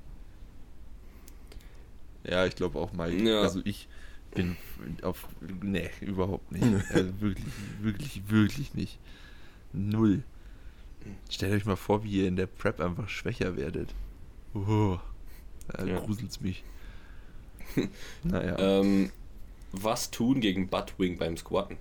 Ja, ich glaube auch, Mike. Ja. Also ich bin auf... Nee, überhaupt nicht. Also wirklich nicht. Null. Stellt euch mal vor, wie ihr in der Prep einfach schwächer werdet. Da Ja. gruselt's mich. Naja. Was tun gegen Buttwing beim Squatten?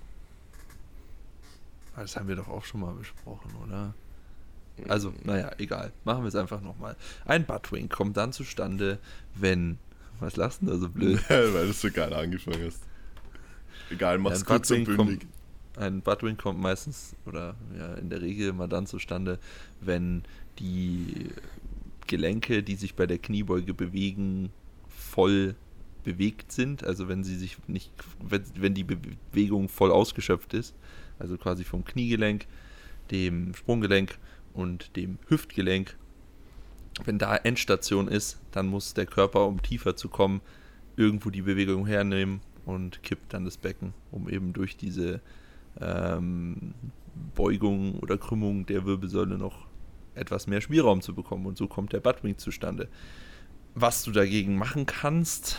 Das haben wir doch auch schon mal besprochen, oder? Also, naja, egal. Machen wir es einfach nochmal. Ein Buttwing kommt dann zustande, wenn... Was lachst du denn da so blöd? Weil du so geil angefangen hast. Egal, mach's ein kurz und Buttwing bündig. Ein Buttwing kommt meistens oder ja in der Regel mal dann zustande, wenn die Gelenke, die sich bei der Kniebeuge bewegen, voll bewegt sind. Also wenn sie sich nicht, wenn die Bewegung voll ausgeschöpft ist, also quasi vom Kniegelenk, dem Sprunggelenk und dem Hüftgelenk. Wenn da Endstation ist, dann muss der Körper, um tiefer zu kommen, irgendwo die Bewegung hernehmen und kippt dann das Becken, um eben durch diese Beugung oder Krümmung der Wirbelsäule noch etwas mehr Spielraum zu bekommen. Und so kommt der Buttwing zustande. Was du dagegen machen kannst,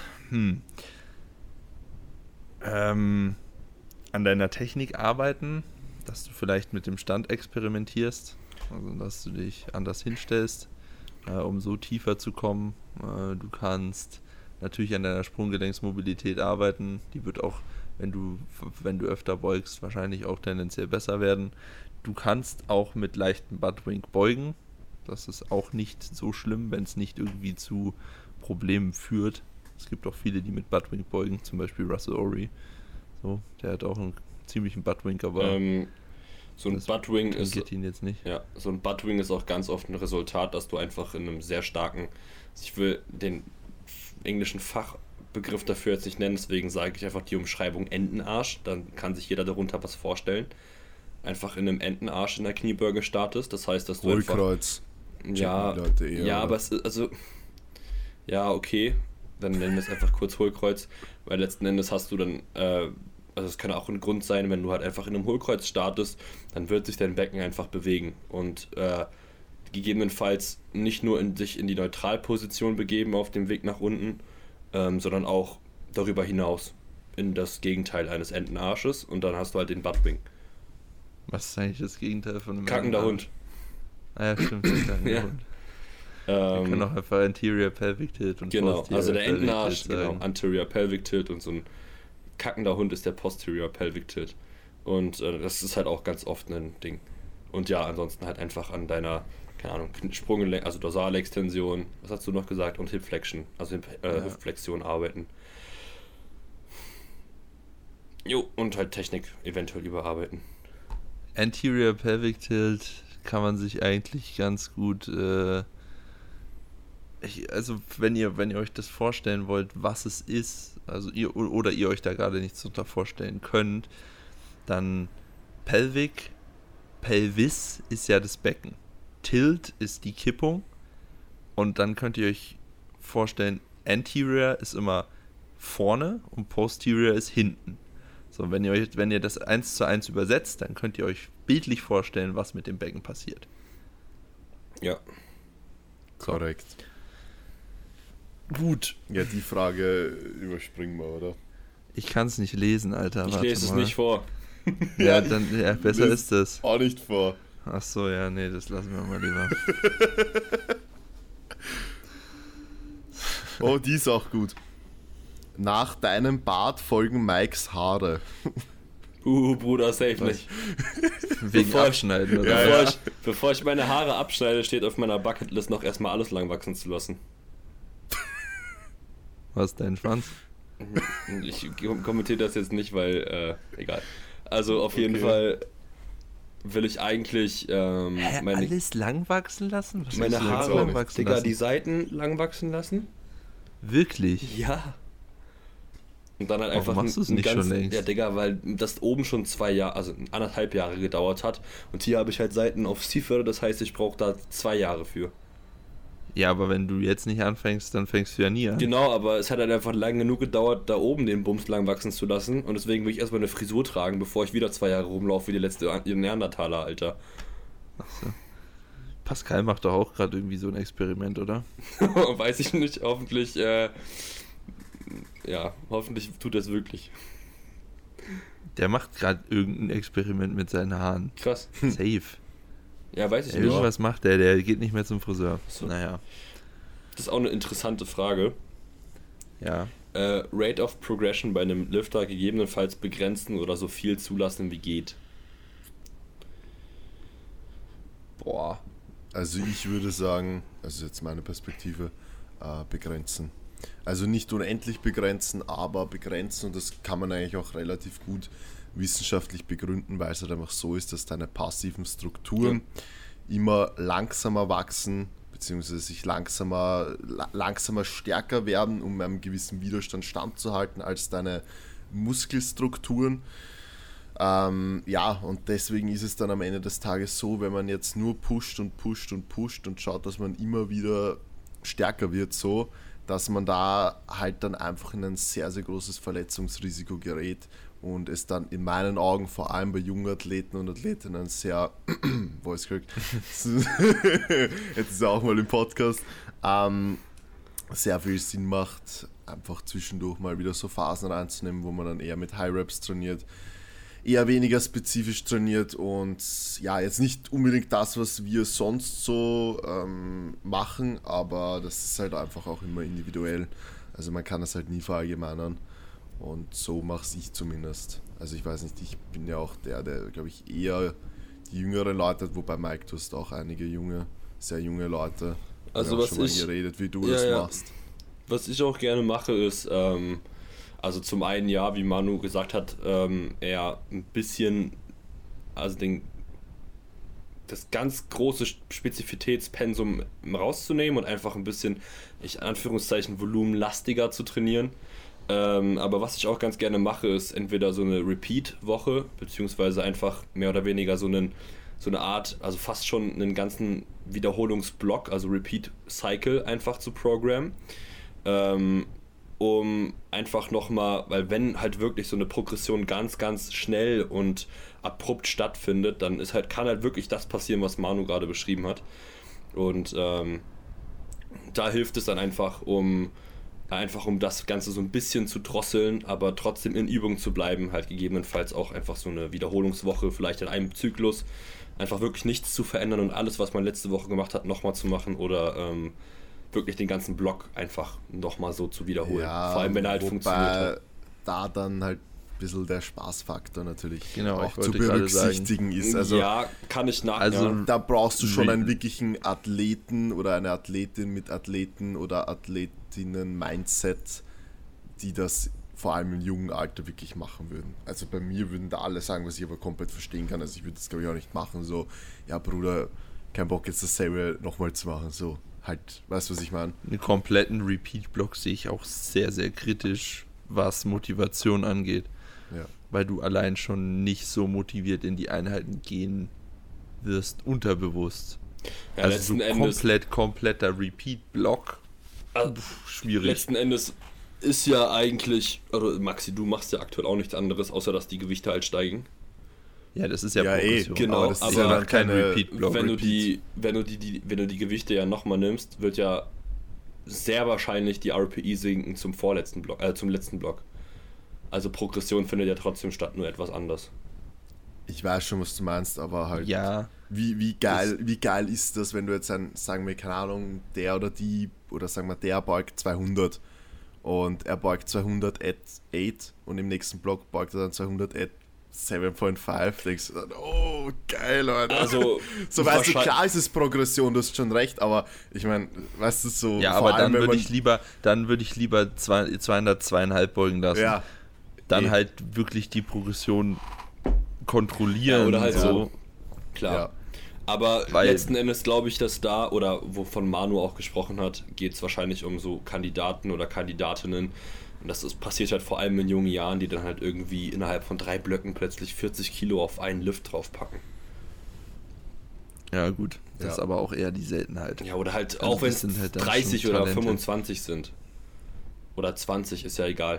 an deiner Technik arbeiten, dass du vielleicht mit dem Stand experimentierst, also dass du dich anders hinstellst, um so tiefer zu kommen. Du kannst natürlich an deiner Sprunggelenksmobilität arbeiten, die wird auch, wenn du öfter beugst, wahrscheinlich auch tendenziell besser werden. Du kannst auch mit leichtem Buttwing beugen, das ist auch nicht so schlimm, wenn es nicht irgendwie zu Problemen führt. Es gibt auch viele, die mit Buttwing beugen, zum Beispiel Russell Ory. So, der hat auch einen ziemlichen Buttwing, aber so ein Buttwing ist, geht ihn jetzt nicht. ja, so ein Buttwing ist auch ganz oft ein Resultat, dass du einfach in einem sehr starken, ich will den englischen Fachbegriff dafür jetzt nicht nennen, deswegen sage ich einfach die Umschreibung Entenarsch, dann kann sich jeder darunter was vorstellen. Einfach in einem Entenarsch in der Kniebeuge startest, das heißt, dass du Hohlkreuz. ja, checken die Leute eher, ja, oder? aber es ist, also, ja, okay, dann nennen wir es einfach kurz Hohlkreuz, weil letzten Endes hast du dann, also es kann auch ein Grund sein, wenn du halt einfach in einem Hohlkreuz startest, dann wird sich dein Becken einfach bewegen und gegebenenfalls nicht nur sich in die Neutralposition begeben auf dem Weg nach unten, sondern auch darüber hinaus in das Gegenteil eines Entenarsches und dann hast du halt den Buttwing. Was ist eigentlich das Gegenteil von einem Kackender Entenarsch? Hund. Ah ja, stimmt, der kackende Ja. Hund. Wir können auch einfach Anterior Pelvic Tilt und Genau, Posterior also der Pelvic Entenarsch, Tilt sagen. genau, Anterior Pelvic Tilt und so ein kackender Hund ist der Posterior Pelvic Tilt. Und das ist halt auch ganz oft ein Ding. Und ja, ansonsten halt einfach an deiner, keine Ahnung, Sprunggelenk, also Dorsalextension, was hast du noch gesagt? Und Hip Flexion, also Hüftflexion arbeiten. Jo, und halt Technik eventuell überarbeiten. Anterior Pelvic Tilt kann man sich eigentlich ganz gut, also wenn ihr euch das vorstellen wollt, was es ist, also ihr euch da gerade nichts darunter vorstellen könnt, dann Pelvis ist ja das Becken, Tilt ist die Kippung und dann könnt ihr euch vorstellen, Anterior ist immer vorne und Posterior ist hinten. So, wenn ihr das 1:1 übersetzt, dann könnt ihr euch bildlich vorstellen, was mit dem Becken passiert. Ja. Korrekt. Gut. Ja, die Frage überspringen wir, oder? Ich kann es nicht lesen, Alter. Ich Warte lese es mal. nicht vor. Ja, dann besser Lies ist es. Auch nicht vor. Ach so, ja, nee, das lassen wir mal lieber. Oh, die ist auch gut. Nach deinem Bart folgen Mikes Haare. Bruder, safe nicht. Wegen Bevor ich- Abschneiden, oder? Ja, Bevor ich meine Haare abschneide, steht auf meiner Bucketlist noch erstmal alles lang wachsen zu lassen. Was, dein Schwanz? Ich kommentiere das jetzt nicht, weil, egal. Also auf jeden Okay. Fall, will ich eigentlich alles lang wachsen lassen? Was meine willst du denn Haare, lang wachsen Digga, lassen? die Seiten lang wachsen lassen. Wirklich? Ja. Und dann halt Warum einfach machst du es nicht schon längst? Ja, Digga, weil das oben schon 2 Jahre, also 1,5 Jahre gedauert hat. Und hier habe ich halt Seiten auf Stiefel, das heißt, ich brauche da 2 Jahre für. Ja, aber wenn du jetzt nicht anfängst, dann fängst du ja nie an. Genau, aber es hat halt einfach lang genug gedauert, da oben den Bums lang wachsen zu lassen. Und deswegen will ich erstmal eine Frisur tragen, bevor ich wieder 2 Jahre rumlaufe wie die letzte Neandertaler, Alter. Achso. Pascal macht doch auch gerade irgendwie so ein Experiment, oder? Weiß ich nicht, hoffentlich, hoffentlich tut er es wirklich. Der macht gerade irgendein Experiment mit seinen Haaren. Krass. Safe. Ja, weiß ich Ja, nicht. irgendwas macht der geht nicht mehr zum Friseur. So. Naja, Das ist auch eine interessante Frage. ja. Rate of Progression bei einem Lifter gegebenenfalls begrenzen oder so viel zulassen wie geht. Boah. Also ich würde sagen, also jetzt meine Perspektive, begrenzen. Also nicht unendlich begrenzen, aber begrenzen, und das kann man eigentlich auch relativ gut wissenschaftlich begründen, weil es halt einfach so ist, dass deine passiven Strukturen immer langsamer wachsen, beziehungsweise sich langsamer stärker werden, um einem gewissen Widerstand standzuhalten als deine Muskelstrukturen. Und deswegen ist es dann am Ende des Tages so, wenn man jetzt nur pusht und schaut, dass man immer wieder stärker wird, so, dass man da halt dann einfach in ein sehr, sehr großes Verletzungsrisiko gerät und es dann in meinen Augen vor allem bei jungen Athleten und Athletinnen sehr, Voice Crack, jetzt ist er auch mal im Podcast, sehr viel Sinn macht, einfach zwischendurch mal wieder so Phasen reinzunehmen, wo man dann eher mit High Reps trainiert, eher weniger spezifisch trainiert und ja, jetzt nicht unbedingt das, was wir sonst so machen, aber das ist halt einfach auch immer individuell. Also man kann das halt nie verallgemeinern und so mache ich zumindest. Also ich weiß nicht, ich bin ja auch der glaube ich eher die jüngeren Leute hat, wobei Mike, du hast auch einige sehr junge Leute. Also wir haben was schon mal ich geredet, wie du das machst. Was ich auch gerne mache ist, also zum einen ja, wie Manu gesagt hat, eher ein bisschen, also das ganz große Spezifitätspensum rauszunehmen und einfach ein bisschen, in Anführungszeichen, volumenlastiger zu trainieren. Aber was ich auch ganz gerne mache, ist entweder so eine Repeat-Woche, beziehungsweise einfach mehr oder weniger so eine Art, also fast schon einen ganzen Wiederholungsblock, also Repeat-Cycle einfach zu programmen. Um einfach nochmal, weil wenn halt wirklich so eine Progression ganz, ganz schnell und abrupt stattfindet, dann kann halt wirklich das passieren, was Manu gerade beschrieben hat. Und da hilft es dann einfach, um das Ganze so ein bisschen zu drosseln, aber trotzdem in Übung zu bleiben, halt gegebenenfalls auch einfach so eine Wiederholungswoche, vielleicht in einem Zyklus, einfach wirklich nichts zu verändern und alles, was man letzte Woche gemacht hat, nochmal zu machen oder wirklich den ganzen Block einfach nochmal so zu wiederholen. Ja, vor allem, wenn er halt funktioniert hat. Da dann halt ein bisschen der Spaßfaktor natürlich auch zu berücksichtigen ist. Also, ja, kann ich da brauchst du schon einen wirklichen Athleten oder eine Athletin mit Athleten oder Athletinnen-Mindset, die das vor allem im jungen Alter wirklich machen würden. Also bei mir würden da alle sagen, was ich aber komplett verstehen kann. Also ich würde das glaube ich auch nicht machen, so, ja Bruder, kein Bock jetzt dasselbe nochmal zu machen, so. Halt, weißt du, was ich meine? Einen kompletten Repeat-Block sehe ich auch sehr, sehr kritisch, was Motivation angeht. Ja. Weil du allein schon nicht so motiviert in die Einheiten gehen wirst, unterbewusst. Ja, also so kompletter Repeat-Block, schwierig. Letzten Endes ist ja eigentlich, oder Maxi, du machst ja aktuell auch nichts anderes, außer dass die Gewichte halt steigen. Ja, das ist ja Progression. Genau, aber das ist ja dann kein Repeat-Block. Wenn du die Gewichte ja nochmal nimmst, wird ja sehr wahrscheinlich die RPE sinken zum letzten Block. Also Progression findet ja trotzdem statt, nur etwas anders. Ich weiß schon, was du meinst, aber halt, ja, wie geil ist das, wenn du jetzt sagen wir, keine Ahnung, der oder die, oder sagen wir, der beugt 200 und er beugt 200 at 8 und im nächsten Block beugt er dann 200 at 7.5, denkst du dann, oh, geil, Leute. Also, so, weißt du, klar ist es Progression, du hast schon recht, aber ich meine, weißt du, so. Ja, aber dann würde ich lieber 202,5 beugen lassen. Ja. Dann halt wirklich die Progression kontrollieren. Ja, oder halt so. klar. Ja. Aber Weil- letzten Endes glaube ich, dass da, oder wovon Manu auch gesprochen hat, geht es wahrscheinlich um so Kandidaten oder Kandidatinnen. Und das passiert halt vor allem in jungen Jahren, die dann halt irgendwie innerhalb von 3 Blöcken plötzlich 40 Kilo auf einen Lift draufpacken. Ja, gut. Das Ja. ist aber auch eher die Seltenheit. Ja, oder halt, Also auch wenn das es sind halt dann 30 schon oder Talente. 25 sind. Oder 20, ist ja egal.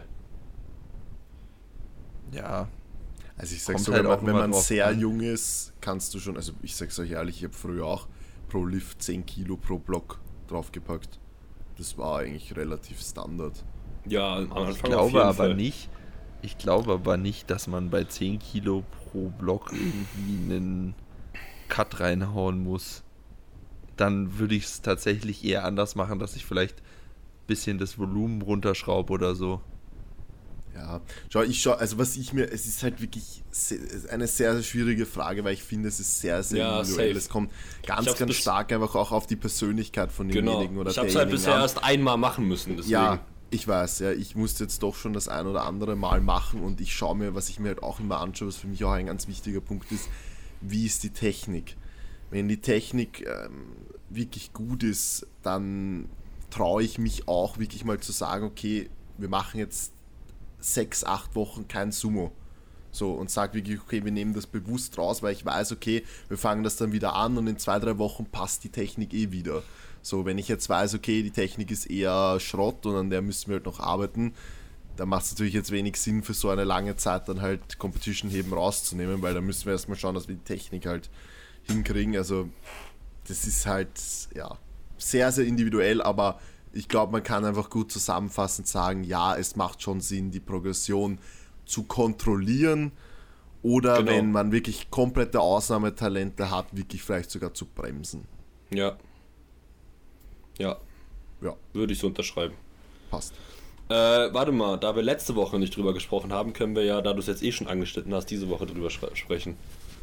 Ja, Also ich sag Kommt so, halt wenn auch man, immer wenn man drauf sehr an. jung ist, kannst du schon, also ich sag's euch ehrlich, ich habe früher auch pro Lift 10 Kilo pro Block draufgepackt. Das war eigentlich relativ Standard. Ja, am Anfang ich auf glaube jeden aber Fall. nicht. Ich glaube aber nicht, dass man bei 10 Kilo pro Block irgendwie einen Cut reinhauen muss. Dann würde ich es tatsächlich eher anders machen, dass ich vielleicht ein bisschen das Volumen runterschraube oder so. Ja, also was ich mir, es ist halt wirklich eine sehr, sehr schwierige Frage, weil ich finde, es ist sehr, sehr Ja, individuell. safe. Es kommt Ich ganz, hab's ganz bis- stark einfach auch auf die Persönlichkeit von Genau. demjenigen oder Ich hab's halt derjenigen bisher an. erst einmal machen müssen, deswegen. Ja, ich weiß, ja, ich musste jetzt doch schon das ein oder andere Mal machen und ich schaue mir, was ich mir halt auch immer anschaue, was für mich auch ein ganz wichtiger Punkt ist, wie ist die Technik? Wenn die Technik wirklich gut ist, dann traue ich mich auch wirklich mal zu sagen, okay, wir machen jetzt 6, 8 Wochen kein Sumo. So, und sage wirklich, okay, wir nehmen das bewusst raus, weil ich weiß, okay, wir fangen das dann wieder an und in 2, 3 Wochen passt die Technik eh wieder. So, wenn ich jetzt weiß, okay, die Technik ist eher Schrott und an der müssen wir halt noch arbeiten, dann macht es natürlich jetzt wenig Sinn, für so eine lange Zeit dann halt Competition-Heben rauszunehmen, weil da müssen wir erstmal schauen, dass wir die Technik halt hinkriegen. Also, das ist halt, ja, sehr, sehr individuell, aber ich glaube, man kann einfach gut zusammenfassend sagen, ja, es macht schon Sinn, die Progression zu kontrollieren oder Genau. wenn man wirklich komplette Ausnahmetalente hat, wirklich vielleicht sogar zu bremsen. Ja. Ja, Ja, würde ich so unterschreiben. passt. Warte mal, da wir letzte Woche nicht drüber gesprochen haben, können wir ja, da du es jetzt eh schon angeschnitten hast, diese Woche drüber sprechen.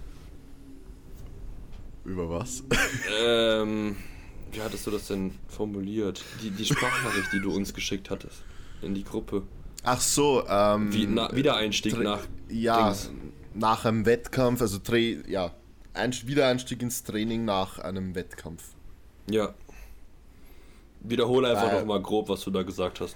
Über was? Wie hattest du das denn formuliert? Die Sprachnachricht, die du uns geschickt hattest in die Gruppe. Ach so, Wiedereinstieg nach ja, Dings. nach einem Wettkampf, also Wiedereinstieg ins Training nach einem Wettkampf. Ja. Wiederhole einfach Weil- nochmal grob, was du da gesagt hast.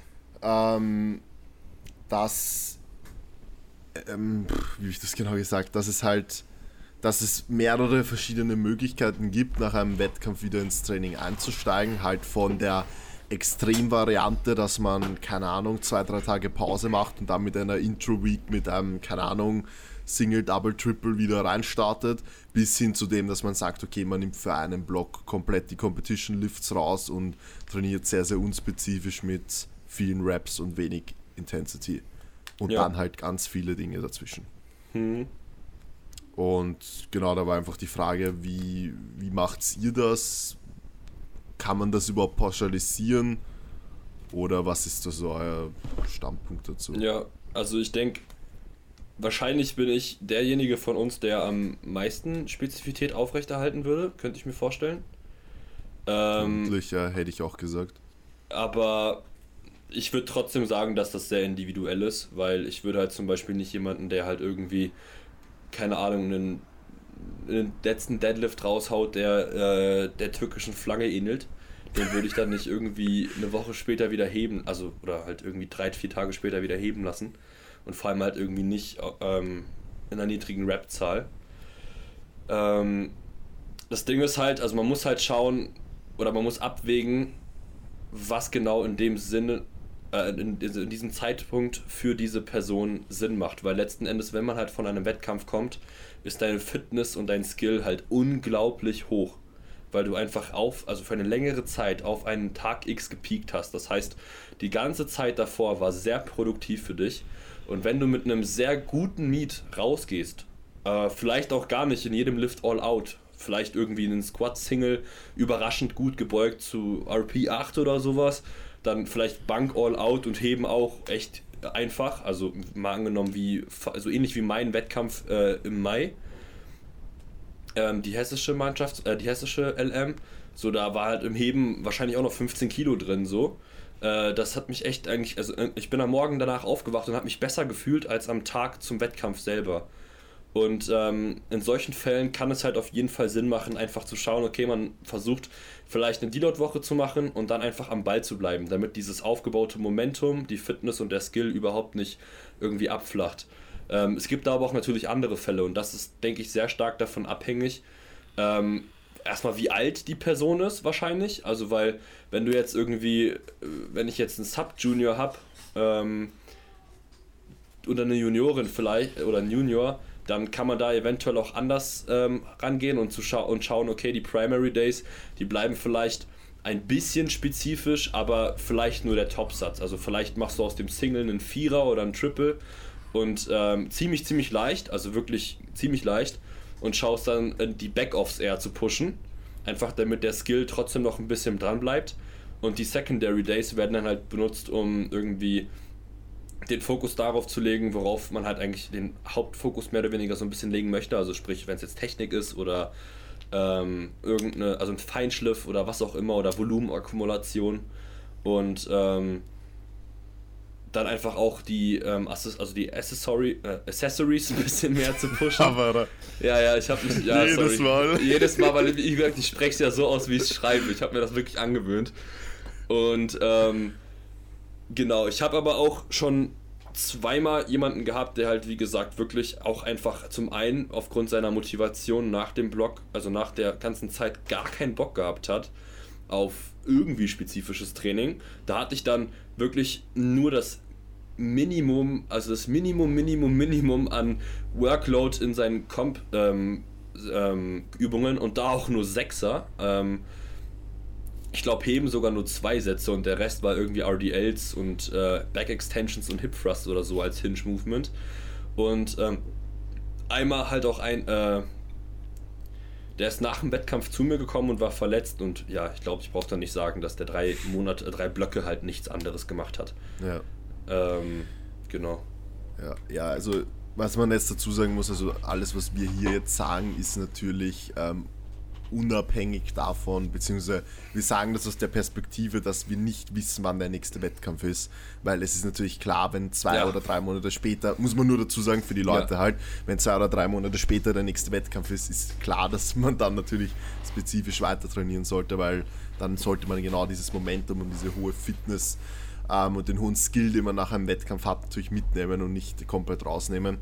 Dass, wie habe ich das genau gesagt, dass es mehrere verschiedene Möglichkeiten gibt, nach einem Wettkampf wieder ins Training einzusteigen, halt von der Extremvariante, dass man, keine Ahnung, 2, 3 Tage Pause macht und dann mit einer Intro-Week mit einem, keine Ahnung, Single, Double, Triple wieder reinstartet, bis hin zu dem, dass man sagt, okay, man nimmt für einen Block komplett die Competition Lifts raus und trainiert sehr, sehr unspezifisch mit vielen Reps und wenig Intensity. Und Ja. dann halt ganz viele Dinge dazwischen. Hm. Und genau, da war einfach die Frage, wie macht ihr das? Kann man das überhaupt pauschalisieren? Oder was ist da so euer Standpunkt dazu? Ja, also ich denke, wahrscheinlich bin ich derjenige von uns, der am meisten Spezifität aufrechterhalten würde, könnte ich mir vorstellen. Vermutlich, ja, hätte ich auch gesagt. Aber ich würde trotzdem sagen, dass das sehr individuell ist, weil ich würde halt zum Beispiel nicht jemanden, der halt irgendwie, keine Ahnung, einen letzten Deadlift raushaut, der der türkischen Flagge ähnelt, den würde ich dann nicht irgendwie eine Woche später wieder heben, also oder halt irgendwie 3, 4 Tage später wieder heben lassen und vor allem halt irgendwie nicht in einer niedrigen Rep-Zahl. Das Ding ist halt, also man muss halt schauen oder man muss abwägen, was genau in dem Sinne, in diesem Zeitpunkt für diese Person Sinn macht. Weil letzten Endes, wenn man halt von einem Wettkampf kommt, ist deine Fitness und dein Skill halt unglaublich hoch. Weil du einfach also für eine längere Zeit auf einen Tag X gepiekt hast. Das heißt, die ganze Zeit davor war sehr produktiv für dich. Und wenn du mit einem sehr guten Meet rausgehst, vielleicht auch gar nicht in jedem Lift all out, vielleicht irgendwie in einen Squat Single überraschend gut gebeugt zu RP 8 oder sowas, dann vielleicht Bank all out und heben auch echt einfach, also mal angenommen also ähnlich wie mein Wettkampf im Mai, die hessische Mannschaft, die hessische LM, so da war halt im Heben wahrscheinlich auch noch 15 Kilo drin, so. Das hat mich echt ich bin am Morgen danach aufgewacht und habe mich besser gefühlt als am Tag zum Wettkampf selber. Und in solchen Fällen kann es halt auf jeden Fall Sinn machen, einfach zu schauen, okay, man versucht vielleicht eine Deload-Woche zu machen und dann einfach am Ball zu bleiben, damit dieses aufgebaute Momentum, die Fitness und der Skill überhaupt nicht irgendwie abflacht. Es gibt da aber auch natürlich andere Fälle und das ist, denke ich, sehr stark davon abhängig, erstmal wie alt die Person ist wahrscheinlich, also weil wenn du jetzt irgendwie, wenn ich jetzt einen Sub-Junior habe oder eine Juniorin vielleicht oder ein Junior, dann kann man da eventuell auch anders rangehen und schauen, okay, die Primary Days, die bleiben vielleicht ein bisschen spezifisch, aber vielleicht nur der Topsatz. Also vielleicht machst du aus dem Single einen Vierer oder einen Triple und ziemlich leicht, also wirklich ziemlich leicht und schaust dann die Backoffs eher zu pushen, einfach damit der Skill trotzdem noch ein bisschen dran bleibt und die Secondary Days werden dann halt benutzt, um irgendwie den Fokus darauf zu legen, worauf man halt eigentlich den Hauptfokus mehr oder weniger so ein bisschen legen möchte, also sprich, wenn es jetzt Technik ist oder also ein Feinschliff oder was auch immer oder Volumenakkumulation und dann einfach auch die Accessories ein bisschen mehr zu pushen. Aber Ja, ich habe mich jedes Mal, weil ich spreche es ja so aus, wie ich es schreibe. Ich habe mir das wirklich angewöhnt. Und genau, ich habe aber auch schon zweimal jemanden gehabt, der halt wie gesagt wirklich auch einfach zum einen aufgrund seiner Motivation nach dem Block, also nach der ganzen Zeit gar keinen Bock gehabt hat auf irgendwie spezifisches Training. Da hatte ich dann wirklich nur das Minimum, also das Minimum an Workload in seinen Übungen und da auch nur Sechser. Ich glaube, heben sogar nur 2 Sätze und der Rest war irgendwie RDLs und Back Extensions und Hip Thrust oder so als Hinge Movement. Und einmal halt auch der ist nach dem Wettkampf zu mir gekommen und war verletzt und ja, ich glaube, ich brauche dann nicht sagen, dass der 3 Blöcke halt nichts anderes gemacht hat. Ja. Genau. Ja, also was man jetzt dazu sagen muss, also alles, was wir hier jetzt sagen, ist natürlich unabhängig davon, beziehungsweise wir sagen das aus der Perspektive, dass wir nicht wissen, wann der nächste Wettkampf ist, weil es ist natürlich klar, wenn 2 oder 3 Monate später, muss man nur dazu sagen für die Leute halt, wenn 2 oder 3 Monate später der nächste Wettkampf ist klar, dass man dann natürlich spezifisch weiter trainieren sollte, weil dann sollte man genau dieses Momentum und diese hohe Fitness und den hohen Skill, den man nach einem Wettkampf hat, natürlich mitnehmen und nicht komplett rausnehmen.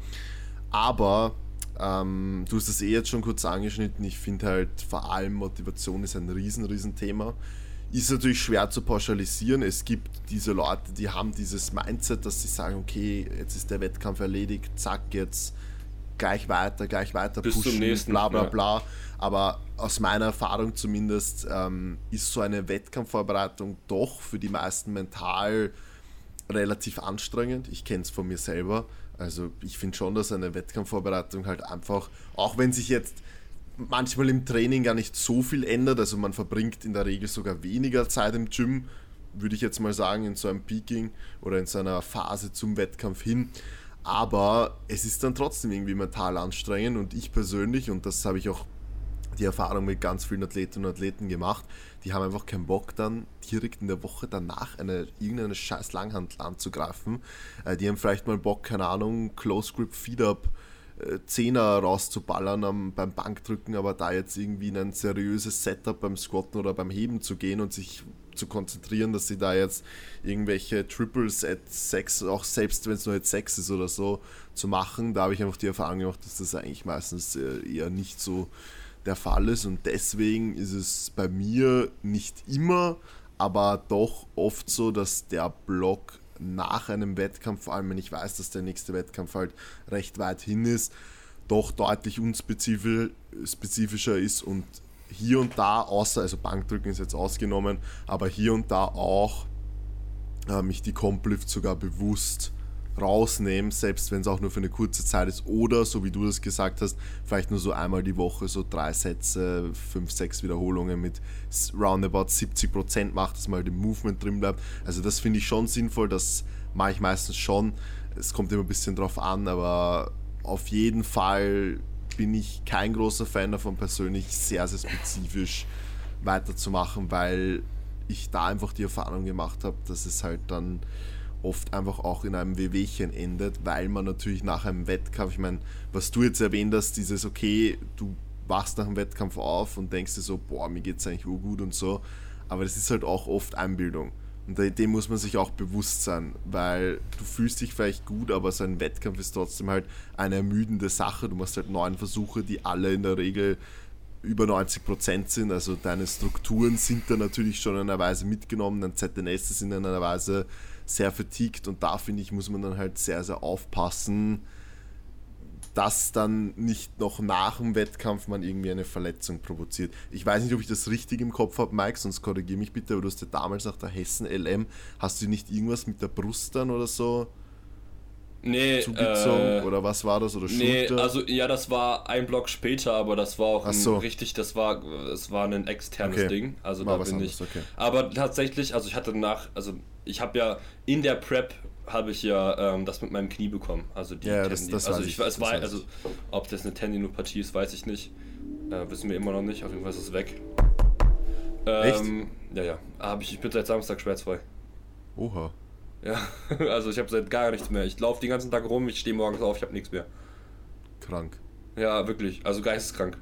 Aber du hast das jetzt schon kurz angeschnitten, ich finde halt vor allem Motivation ist ein riesen Thema. Ist natürlich schwer zu pauschalisieren, es gibt diese Leute, die haben dieses Mindset, dass sie sagen, okay, jetzt ist der Wettkampf erledigt, zack, jetzt gleich weiter bis pushen, zum nächsten, bla bla bla. Aber aus meiner Erfahrung zumindest ist so eine Wettkampfvorbereitung doch für die meisten mental relativ anstrengend. Ich kenne es von mir selber. Also ich finde schon, dass eine Wettkampfvorbereitung halt einfach, auch wenn sich jetzt manchmal im Training gar nicht so viel ändert, also man verbringt in der Regel sogar weniger Zeit im Gym, würde ich jetzt mal sagen, in so einem Peaking oder in so einer Phase zum Wettkampf hin. Aber es ist dann trotzdem irgendwie mental anstrengend und ich persönlich, und das habe ich auch die Erfahrung mit ganz vielen Athletinnen und Athleten gemacht, die haben einfach keinen Bock dann direkt in der Woche danach irgendeine scheiß Langhantel anzugreifen. Die haben vielleicht mal Bock, keine Ahnung, Close Grip Feed-Up 10er rauszuballern beim Bankdrücken, aber da jetzt irgendwie in ein seriöses Setup beim Squatten oder beim Heben zu gehen und sich zu konzentrieren, dass sie da jetzt irgendwelche Triples at 6, auch selbst wenn es nur jetzt 6 ist oder so, zu machen. Da habe ich einfach die Erfahrung gemacht, dass das eigentlich meistens eher nicht so der Fall ist und deswegen ist es bei mir nicht immer, aber doch oft so, dass der Block nach einem Wettkampf, vor allem wenn ich weiß, dass der nächste Wettkampf halt recht weit hin ist, doch deutlich unspezifischer ist und hier und da, außer, also Bankdrücken ist jetzt ausgenommen, aber hier und da auch ich die Complift sogar bewusst rausnehmen, selbst wenn es auch nur für eine kurze Zeit ist oder, so wie du das gesagt hast, vielleicht nur so einmal die Woche so 3 Sätze, 5, 6 Wiederholungen mit roundabout 70% macht, dass mal dem Movement drin bleibt. Also das finde ich schon sinnvoll, das mache ich meistens schon. Es kommt immer ein bisschen drauf an, aber auf jeden Fall bin ich kein großer Fan davon, persönlich sehr spezifisch weiterzumachen, weil ich da einfach die Erfahrung gemacht habe, dass es halt dann oft einfach auch in einem Wehwehchen endet, weil man natürlich nach einem Wettkampf, ich meine, was du jetzt erwähnt hast, dieses okay, du wachst nach dem Wettkampf auf und denkst dir so, boah, mir geht's eigentlich gut und so, aber das ist halt auch oft Einbildung. Und dem muss man sich auch bewusst sein, weil du fühlst dich vielleicht gut, aber so ein Wettkampf ist trotzdem halt eine ermüdende Sache. Du machst halt 9 Versuche, die alle in der Regel über 90% sind, also deine Strukturen sind da natürlich schon in einer Weise mitgenommen, dein ZNS ist in einer Weise sehr vertiegt und da finde ich, muss man dann halt sehr, sehr aufpassen, dass dann nicht noch nach dem Wettkampf man irgendwie eine Verletzung provoziert. Ich weiß nicht, ob ich das richtig im Kopf habe, Mike, sonst korrigiere mich bitte, aber du hast ja damals nach der Hessen LM, hast du nicht irgendwas mit der Brust dann oder so zugezogen? Oder was war das? Oder Schulter? Nee, also ja, das war ein Block später, aber das war auch es war ein externes Ding. Also da bin ich. Okay. Aber tatsächlich, also ich habe ja in der Prep das mit meinem Knie bekommen. Also die ob das eine Tendinopathie ist, weiß ich nicht. Wissen wir immer noch nicht. Auf jeden Fall ist es weg. Echt? Ja. Ich bin seit Samstag schmerzfrei. Oha. Ja, also ich habe seit gar nichts mehr. Ich laufe den ganzen Tag rum, ich stehe morgens auf, ich habe nichts mehr. Krank. Ja, wirklich. Also geisteskrank.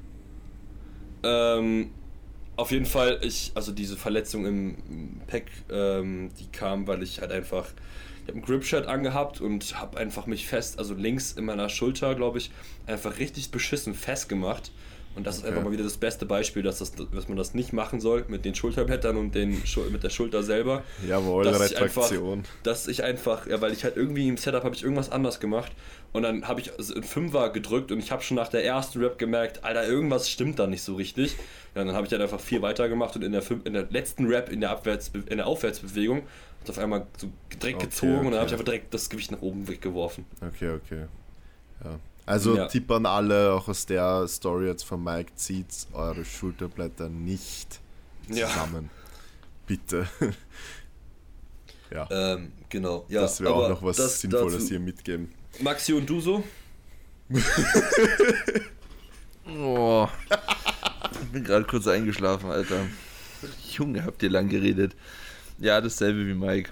Auf jeden Fall, diese Verletzung im Pec, die kam, weil ich halt einfach, ich habe ein Grip-Shirt angehabt und habe einfach mich also links in meiner Schulter, glaube ich, einfach richtig beschissen festgemacht. Und das ist einfach mal wieder das beste Beispiel, dass man das nicht machen soll mit den Schulterblättern und mit der Schulter selber. Jawohl, Retraktion. Weil ich halt irgendwie im Setup habe ich irgendwas anders gemacht und dann habe ich einen Fünfer gedrückt und ich habe schon nach der ersten Rep gemerkt, Alter, irgendwas stimmt da nicht so richtig. Ja, und dann habe ich halt einfach 4 weitergemacht und in der letzten Rep in der Aufwärtsbewegung hat es auf einmal so direkt gezogen und dann habe ich einfach direkt das Gewicht nach oben weggeworfen. Okay. Ja. Also Tipp an alle, auch aus der Story jetzt von Mike, zieht eure Schulterblätter nicht zusammen. Bitte. Ja. Genau. Ja, das wäre auch noch was Sinnvolles hier mitgeben. Maxi und du so? Oh. Ich bin gerade kurz eingeschlafen, Alter. Junge, habt ihr lang geredet. Ja, dasselbe wie Mike.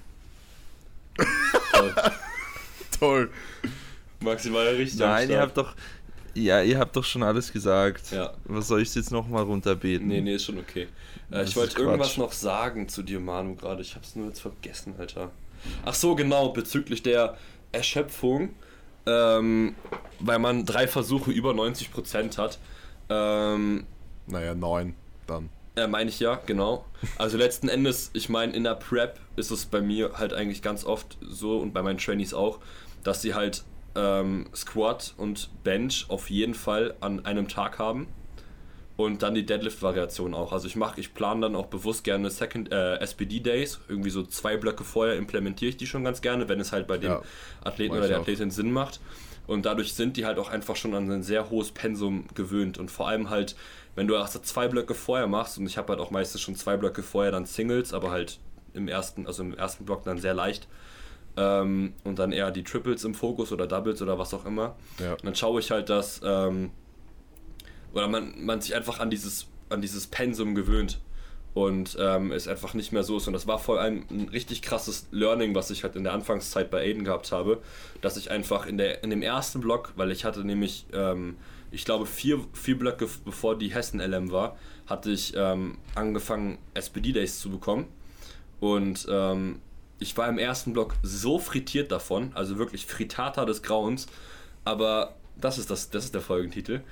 Toll. Maxi war ja richtig. Nein, ihr habt doch schon alles gesagt. Ja. Was soll ich jetzt nochmal runterbeten? Nee, ist schon okay. Ich wollte irgendwas noch sagen zu dir, Manu, gerade. Ich hab's nur jetzt vergessen, Alter. Ach so, genau, bezüglich der Erschöpfung. Weil man 3 Versuche über 90% hat. 9 dann. Meine ich ja, genau. Also letzten Endes, ich meine, in der Prep ist es bei mir halt eigentlich ganz oft so und bei meinen Trainees auch, dass sie halt Squat und Bench auf jeden Fall an einem Tag haben und dann die Deadlift-Variation auch. Also ich plane dann auch bewusst gerne SPD-Days, irgendwie so 2 Blöcke vorher implementiere ich die schon ganz gerne, wenn es halt bei dem Athleten oder der Athletin Sinn macht. Und dadurch sind die halt auch einfach schon an ein sehr hohes Pensum gewöhnt und vor allem halt, wenn du erst 2 Blöcke vorher machst und ich habe halt auch meistens schon 2 Blöcke vorher dann Singles, aber halt im ersten Block dann sehr leicht. Und dann eher die Triples im Fokus oder Doubles oder was auch immer. Ja. Und dann schaue ich halt, dass oder man sich einfach an dieses Pensum gewöhnt und es einfach nicht mehr so ist. Und das war vor allem ein richtig krasses Learning, was ich halt in der Anfangszeit bei Aiden gehabt habe, dass ich einfach in dem ersten Block, weil ich hatte nämlich, ich glaube 4 Blöcke bevor die Hessen LM war, hatte ich angefangen SPD-Days zu bekommen und ich war im ersten Block so frittiert davon, also wirklich Frittata des Grauens, aber das ist der Folgentitel.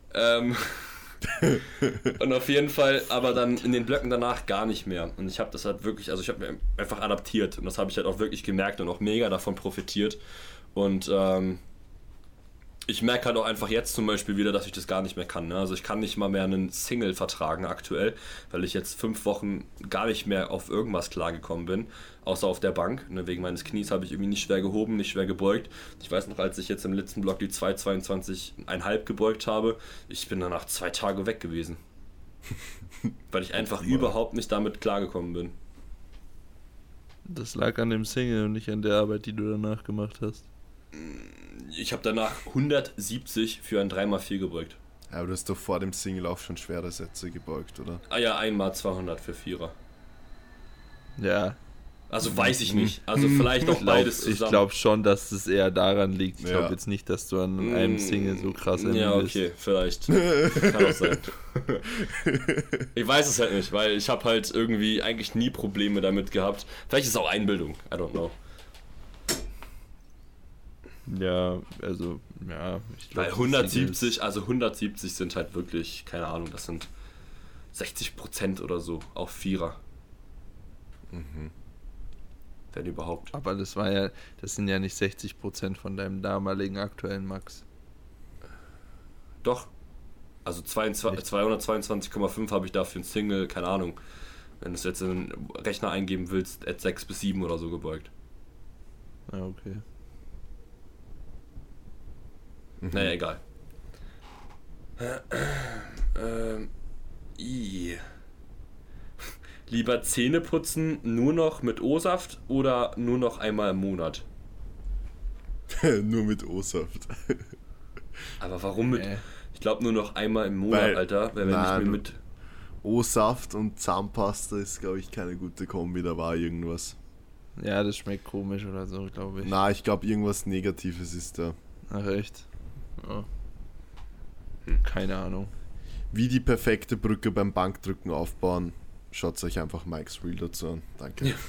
Und auf jeden Fall, aber dann in den Blöcken danach gar nicht mehr. Und ich habe das halt wirklich, also ich habe mir einfach adaptiert und das habe ich halt auch wirklich gemerkt und auch mega davon profitiert. Und ich merke halt auch einfach jetzt zum Beispiel wieder, dass ich das gar nicht mehr kann. Ne? Also ich kann nicht mal mehr einen Single vertragen aktuell, weil ich jetzt 5 Wochen gar nicht mehr auf irgendwas klargekommen bin, außer auf der Bank. Ne? Wegen meines Knies habe ich irgendwie nicht schwer gehoben, nicht schwer gebeugt. Ich weiß noch, als ich jetzt im letzten Block die 2,22,5 gebeugt habe, ich bin danach 2 Tage weg gewesen. Weil ich einfach überhaupt nicht damit klargekommen bin. Das lag an dem Single und nicht an der Arbeit, die du danach gemacht hast. Ich habe danach 170 für ein 3x4 gebeugt. Ja, aber du hast doch vor dem Single auch schon schwere Sätze gebeugt, oder? Ah ja, einmal 200 für 4er. Ja. Also weiß ich nicht. Also vielleicht auch beides zusammen. Ich glaube schon, dass es eher daran liegt. Ich Ja. glaube jetzt nicht, dass du an einem Single so krass Ja, bist. okay, vielleicht. Kann auch sein. Ich weiß es halt nicht, weil ich habe halt irgendwie eigentlich nie Probleme damit gehabt. Vielleicht ist es auch Einbildung, I don't know. Ja, also, ja. Ich glaub, Weil 170 sind halt wirklich, keine Ahnung, das sind 60% oder so auf Vierer. Wenn überhaupt. Aber das sind ja nicht 60% von deinem damaligen aktuellen Max. Doch. Also 222,5 habe ich dafür ein Single, keine Ahnung. Wenn du es jetzt in den Rechner eingeben willst, at 6 bis 7 oder so gebeugt. Ja, okay. Naja, egal. Lieber Zähne putzen nur noch mit O-Saft oder nur noch einmal im Monat? Nur mit O-Saft. Aber warum mit... Ich glaube nur noch einmal im Monat, Alter. Weil wenn ich mir mit... O-Saft und Zahnpasta ist, glaube ich, keine gute Kombi, da war irgendwas. Ja, das schmeckt komisch oder so, glaube ich. Na, ich glaube, irgendwas Negatives ist da. Ach, echt? Ja. Keine Ahnung. Wie die perfekte Brücke beim Bankdrücken aufbauen, schaut euch einfach Mike's Reel dazu an. Danke. Ja.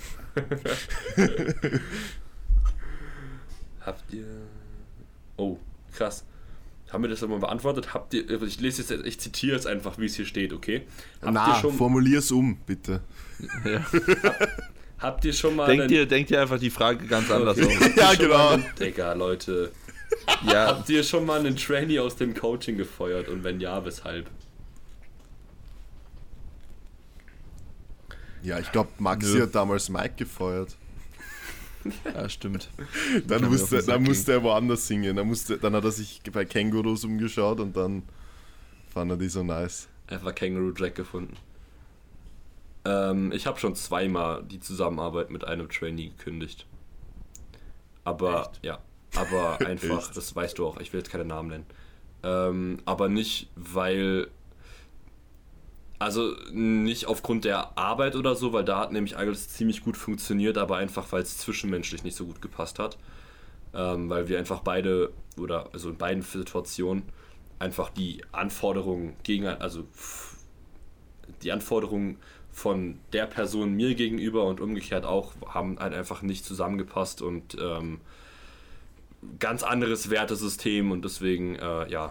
Habt ihr... Oh, krass. Haben wir das aber beantwortet? Habt ihr... Ich lese jetzt, ich zitiere jetzt einfach, wie es hier steht, okay? Habt ihr formulier's um, bitte. Ja. Habt ihr schon mal... Denkt ihr einfach die Frage ganz anders aus. Ja, genau. Digga, Leute. Ja. Habt ihr schon mal einen Trainee aus dem Coaching gefeuert? Und wenn ja, weshalb? Ja, ich glaube, Maxi hat damals Mike gefeuert. Ja, stimmt. Dann musste er woanders singen. Dann hat er sich bei Kängurus umgeschaut und dann fand er die so nice. Einfach Kangaroo Jack gefunden. Ich habe schon zweimal die Zusammenarbeit mit einem Trainee gekündigt. Aber, Echt? ja. Aber einfach, Echt? das weißt du auch, ich will jetzt keine Namen nennen. Aber nicht, weil... Also nicht aufgrund der Arbeit oder so, weil da hat nämlich alles ziemlich gut funktioniert, aber einfach, weil es zwischenmenschlich nicht so gut gepasst hat. Weil wir einfach beide, oder also in beiden Situationen, einfach die Anforderungen die Anforderungen von der Person mir gegenüber und umgekehrt auch, haben halt einfach nicht zusammengepasst und ganz anderes Wertesystem und deswegen, ja.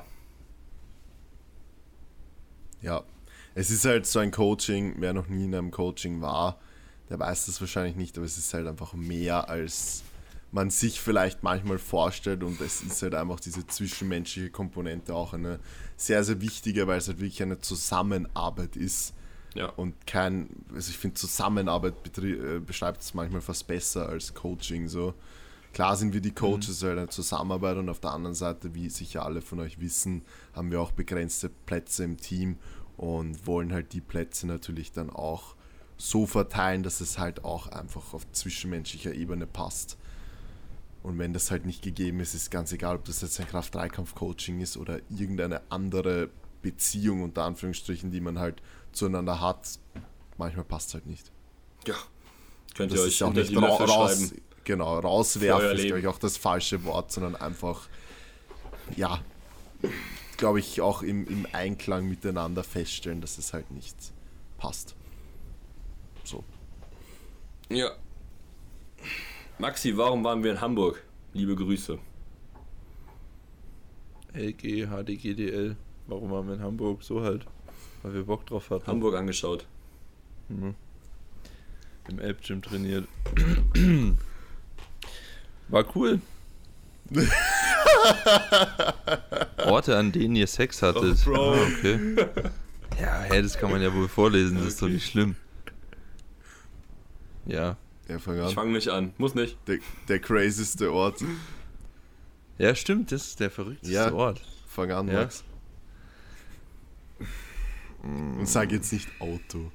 Ja. Es ist halt so ein Coaching, wer noch nie in einem Coaching war, der weiß das wahrscheinlich nicht, aber es ist halt einfach mehr, als man sich vielleicht manchmal vorstellt und es ist halt einfach diese zwischenmenschliche Komponente auch eine sehr, sehr wichtige, weil es halt wirklich eine Zusammenarbeit ist. Ja. Und also ich finde Zusammenarbeit beschreibt es manchmal fast besser als Coaching so. Klar sind wir die Coaches halt eine Zusammenarbeit und auf der anderen Seite, wie sicher alle von euch wissen, haben wir auch begrenzte Plätze im Team und wollen halt die Plätze natürlich dann auch so verteilen, dass es halt auch einfach auf zwischenmenschlicher Ebene passt. Und wenn das halt nicht gegeben ist, ist ganz egal, ob das jetzt ein Kraft-3-Kampf-Coaching ist oder irgendeine andere Beziehung unter Anführungsstrichen, die man halt zueinander hat, manchmal passt es halt nicht. Ja. Könnt ihr Das euch ist auch hinter nicht die Löffel schreiben. Genau, rauswerfen ist, Leben. glaube ich, auch das falsche Wort, sondern einfach, ja, glaube ich, auch im Einklang miteinander feststellen, dass es halt nicht passt. So. Ja. Maxi, warum waren wir in Hamburg? Liebe Grüße. LG, HDGDL. Warum waren wir in Hamburg? So halt. Weil wir Bock drauf hatten. Hamburg angeschaut. Mhm. Im Elbgym trainiert. War cool. Orte, an denen ihr Sex hattet. Oh, Bro. Ah, okay. Ja, das kann man ja wohl vorlesen, das ist doch nicht schlimm. Ja. Ja, fang Ich an. fange nicht an. Muss nicht. Der crazyste Ort. Ja, stimmt, das ist der verrückteste Ja. Ort. Fang an, Ja. Max. Und sag jetzt nicht Auto.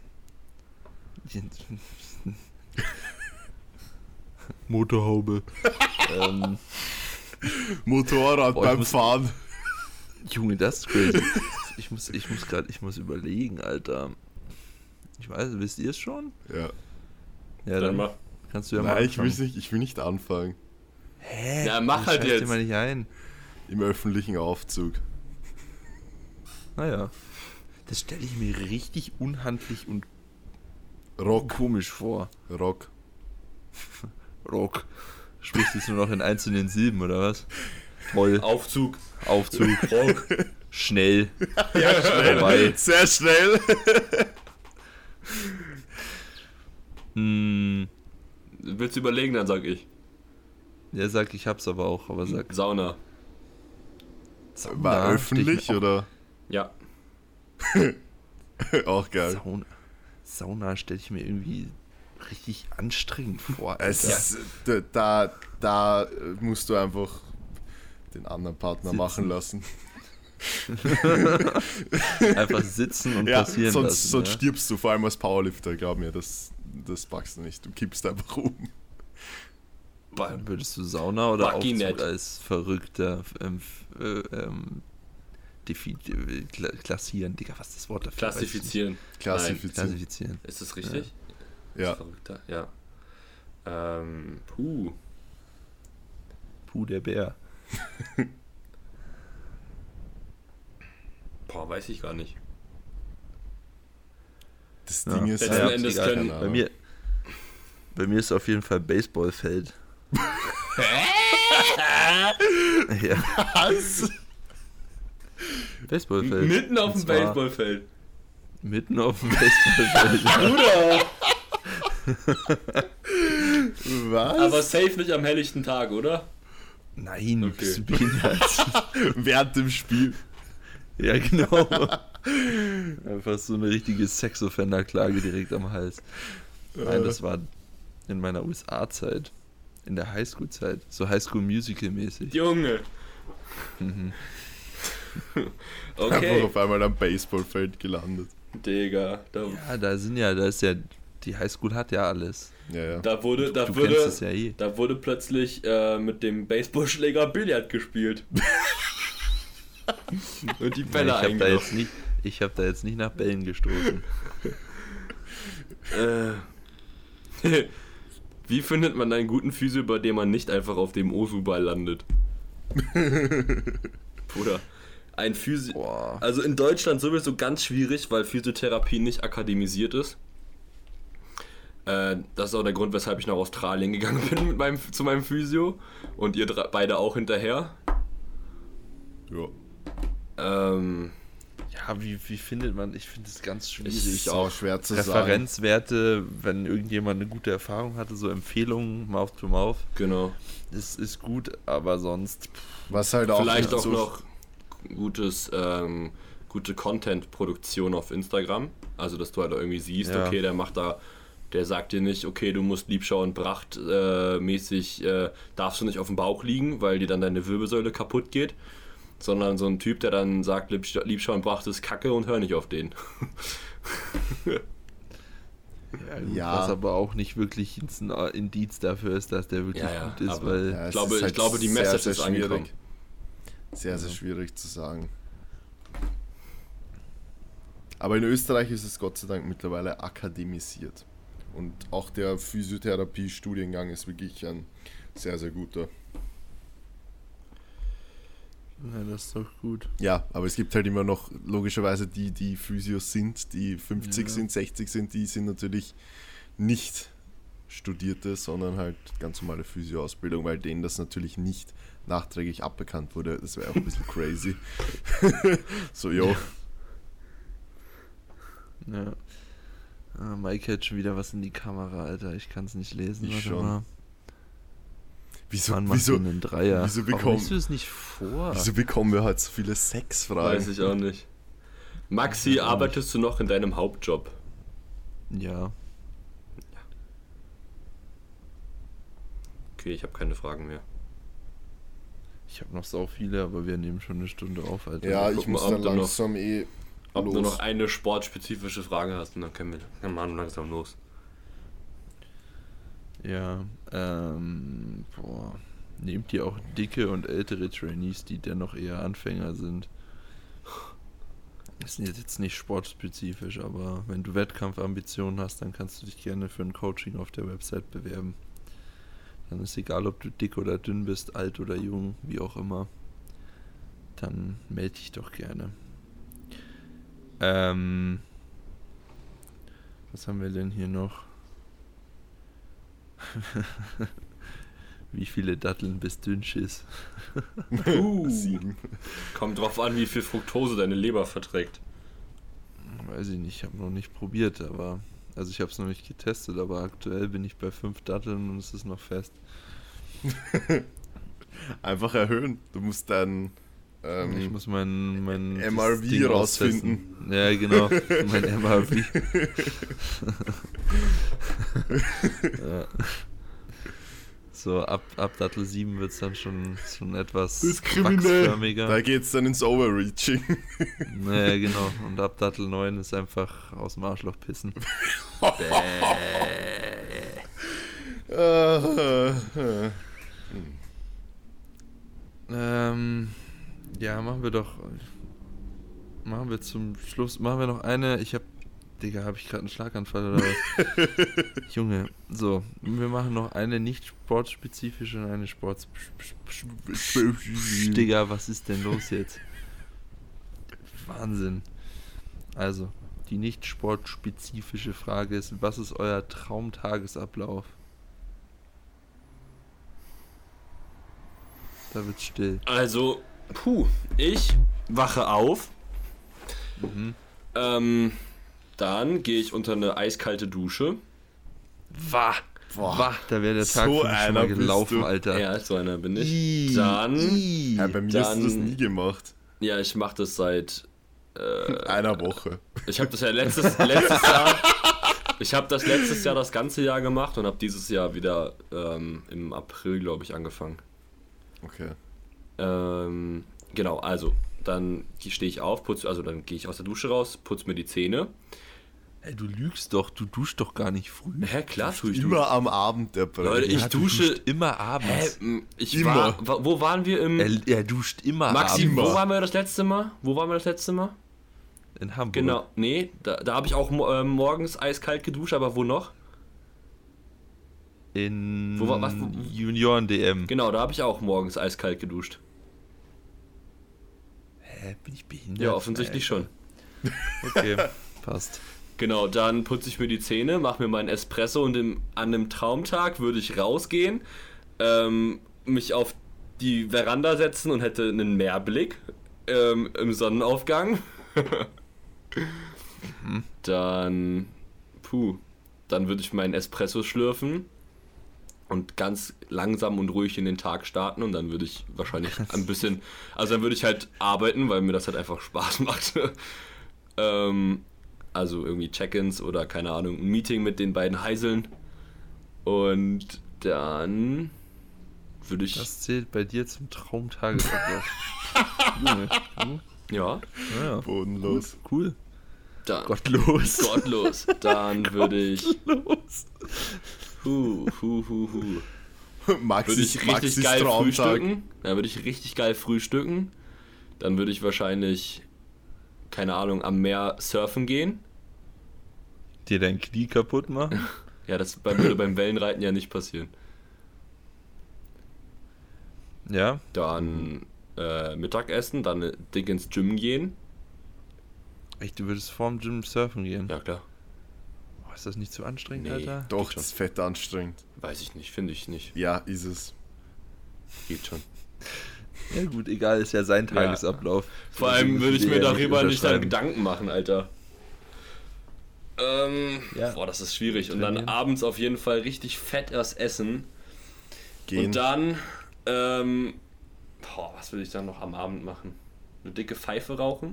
Motorhaube. Motorrad Boah, ich beim muss- Fahren. Junge, das ist crazy. Ich muss überlegen, Alter. Ich weiß, wisst ihr es schon? Ja. Ja, Dann mal. Kannst du ja mal Nein, anfangen. ich will nicht anfangen. Hä? Ja, mach halt Scheiß jetzt. dir mal nicht ein. Im öffentlichen Aufzug. Naja. Das stelle ich mir richtig unhandlich und Rock. komisch vor. Rock. Rock. Sprichst du es nur noch in einzelnen Silben, oder was? Toll. Aufzug. Aufzug. Rock. Schnell. Ja, schnell. Vorbei. Sehr schnell. Willst du überlegen, dann sag ich. Ja, sag, ich hab's aber auch, aber sag. Sauna. War Na, öffentlich stell ich mir oder? Ja. Auch geil. Sauna stelle ich mir irgendwie richtig anstrengend vor. Es Alter. ist, da musst du einfach den anderen Partner Sitzen. machen lassen. Einfach sitzen und Ja, passieren sonst lassen. sonst Ja? stirbst du, vor allem als Powerlifter, glaub mir, das packst du nicht. Du kippst einfach um. Dann würdest du Sauna oder Fucking Aufzug nett. als verrückter klassieren, Digga, was ist das Wort dafür? Weiß ich nicht. Klassifizieren. Klassifizieren. Klassifizieren. Ist das richtig? Ja. Verrückter, ja. Puh, der Bär. Boah, weiß ich gar nicht. Das Ja. Ding ist Letzten halt, Endes keine können- Ahnung. Bei mir ist auf jeden Fall Baseballfeld. Ja, Was? Baseballfeld. Mitten auf Und dem zwar Baseballfeld. Mitten auf dem Baseballfeld. Bruder! Was? Aber safe nicht am helllichten Tag, oder? Nein, Okay. bist du behindert? Während dem Spiel. Ja, genau. Einfach so eine richtige Sex-Offender-Klage direkt am Hals. Nein, das war in meiner USA-Zeit. In der Highschool-Zeit. So Highschool-Musical-mäßig. Junge. Mhm. Einfach Okay. auf einmal am Baseballfeld gelandet. Digga. Ja, da ist ja, die Highschool hat ja alles. Ja. Da wurde Du kennst es ja eh. da wurde plötzlich mit dem Baseballschläger Billard gespielt. Und die Bälle eingeworfen. Ich habe da jetzt nicht nach Bällen gestoßen. Wie findet man einen guten Physio, bei dem man nicht einfach auf dem Osu-Ball landet? Bruder. Ein Physio. Boah. Also in Deutschland sowieso ganz schwierig, weil Physiotherapie nicht akademisiert ist. Das ist auch der Grund, weshalb ich nach Australien gegangen bin zu meinem Physio. Und ihr beide auch hinterher. Ja. Ja, wie findet man, ich finde es ganz schwierig. Ist auch schwer zu sagen. Referenzwerte, wenn irgendjemand eine gute Erfahrung hatte, so Empfehlungen, Mouth to Mouth, Genau. das ist gut, aber sonst, Was halt auch Vielleicht nicht auch so noch gute Content-Produktion auf Instagram. Also, dass du halt irgendwie siehst, Ja. okay, der sagt dir nicht, okay, du musst Liebschau und Bracht mäßig, darfst du nicht auf dem Bauch liegen, weil dir dann deine Wirbelsäule kaputt geht. Sondern so ein Typ, der dann sagt, Liebschau und Bracht ist Kacke und hör nicht auf den. ja, gut, Ja. was aber auch nicht wirklich ein Indiz dafür ist, dass der wirklich Ja, gut ist, aber- weil Ja, es glaube- ist ich glaube, die Message ist angekommen. Sehr, sehr schwierig zu sagen. Aber in Österreich ist es Gott sei Dank mittlerweile akademisiert. Und auch der Physiotherapie-Studiengang ist wirklich ein sehr, sehr guter. ja, das ist doch gut. Ja, aber es gibt halt immer noch logischerweise die Physios sind, die 50 Ja. sind, 60 sind, die sind natürlich nicht Studierte, sondern halt ganz normale Physio-Ausbildung, weil denen das natürlich nicht nachträglich aberkannt wurde. Das wäre auch ein bisschen crazy. So, jo. Ja. Mike hat schon wieder was in die Kamera, Alter. Ich kann es nicht lesen. Ich Warte schon. mal. Wieso, Wann machst du wieso, einen Dreier? wieso Warum bekommen- liest du es nicht vor? wieso bekommen wir heute so viele Sexfragen? Weiß ich auch nicht. Maxi, Weiß auch arbeitest du noch in deinem Hauptjob? Ja. Okay, ich habe keine Fragen mehr. Ich habe noch so viele, aber wir nehmen schon eine Stunde auf, Alter. Ja, ich gucken, muss ob dann du noch- langsam Ob du los. noch eine sportspezifische Frage hast, und dann können wir machen langsam los. Ja, nehmt ihr auch dicke und ältere Trainees, die dennoch eher Anfänger sind? Das ist jetzt nicht sportspezifisch, aber wenn du Wettkampfambitionen hast, dann kannst du dich gerne für ein Coaching auf der Website bewerben. Dann ist egal, ob du dick oder dünn bist, alt oder jung, wie auch immer. Dann melde dich doch gerne. Was haben wir denn hier noch? Wie viele Datteln bis Dünnschiss? 7. Kommt drauf an, wie viel Fructose deine Leber verträgt. Weiß ich nicht, ich habe noch nicht probiert, aber... Also ich habe es noch nicht getestet, aber aktuell bin ich bei 5 Datteln und es ist noch fest. Einfach erhöhen. Du musst dann ich muss mein MRV Ding rausfinden. austesten. Ja, genau, mein MRV. Ja. So, ab Dattel 7 wird es dann schon etwas Das ist kriminell. wachsförmiger. Da geht's dann ins Overreaching. Naja, genau. Und ab Dattel 9 ist einfach aus dem Arschloch pissen. Ja, machen wir zum Schluss, machen wir noch eine, habe ich gerade einen Schlaganfall oder was? Junge, so, wir machen noch eine nicht sportspezifische und eine Digga, was ist denn los jetzt? Wahnsinn. Also, die nicht sportspezifische Frage ist, was ist euer Traumtagesablauf? Da wird's still. Also, ich wache auf. Dann gehe ich unter eine eiskalte Dusche. Wah, da wäre der Tag so für mich schon mal einer bist gelaufen, du. Alter. Ja, so einer bin ich. Dann, Ja, bei mir hast du das nie gemacht. ja, ich mache das seit Einer Woche. Ich habe das ja letztes Jahr. Ich habe das letztes Jahr das ganze Jahr gemacht und habe dieses Jahr wieder im April, glaube ich, angefangen. Okay. Genau, also dann stehe ich auf, dann gehe ich aus der Dusche raus, putze mir die Zähne. Ey, du lügst doch, du duschst doch gar nicht früh. Hä, klar tue ich. Immer am Abend, der Brille. Leute, ich Ja, du dusche duschst immer abends. Immer. Wo waren wir im... Er duscht immer Maxi, abends. wo waren wir das letzte Mal? In Hamburg. Genau, nee, da habe ich auch morgens eiskalt geduscht, aber wo noch? In was? Junioren-DM. Genau, da habe ich auch morgens eiskalt geduscht. Hä, bin ich behindert? Ja, offensichtlich schon. Okay, passt. Genau, dann putze ich mir die Zähne, mache mir meinen Espresso und an einem Traumtag würde ich rausgehen, mich auf die Veranda setzen und hätte einen Meerblick im Sonnenaufgang. Dann würde ich meinen Espresso schlürfen und ganz langsam und ruhig in den Tag starten und dann würde ich wahrscheinlich ein bisschen, also dann würde ich halt arbeiten, weil mir das halt einfach Spaß macht. Also irgendwie Check-ins oder keine Ahnung, ein Meeting mit den beiden Heiseln und dann würde ich... Das zählt bei dir zum Traumtagesablauf. Junge. Ja. Ja, Bodenlos. cool. Dann, Gottlos. Dann würde ich... Los. Würde Maxis ich richtig geil Traumtag. frühstücken. Dann würde ich richtig geil frühstücken. Dann würde ich wahrscheinlich, keine Ahnung, am Meer surfen gehen. Dir dein Knie kaputt machen? Ja, das würde beim Wellenreiten ja nicht passieren. Ja. Dann Mittagessen, dann dick ins Gym gehen. Echt, du würdest vorm Gym surfen gehen? Ja, klar. Oh, ist das nicht zu anstrengend, Nee. Alter? Doch, Geht das ist fett anstrengend. Weiß ich nicht, finde ich nicht. Ja, ist es. Geht schon. Ja gut, egal, ist ja sein Tagesablauf. Vor allem würde ich mir darüber nicht dann unterschreiben. Gedanken machen, Alter. Ja. Boah, das ist schwierig. Und dann Trainieren. abends auf jeden Fall richtig fett erst essen. Gehen. Und dann, was will ich dann noch am Abend machen? Eine dicke Pfeife rauchen?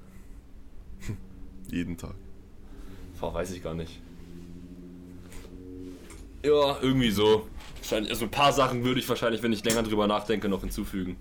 Jeden Tag. Boah, weiß ich gar nicht. Ja, irgendwie so. Wahrscheinlich, also ein paar Sachen würde ich wahrscheinlich, wenn ich länger drüber nachdenke, noch hinzufügen.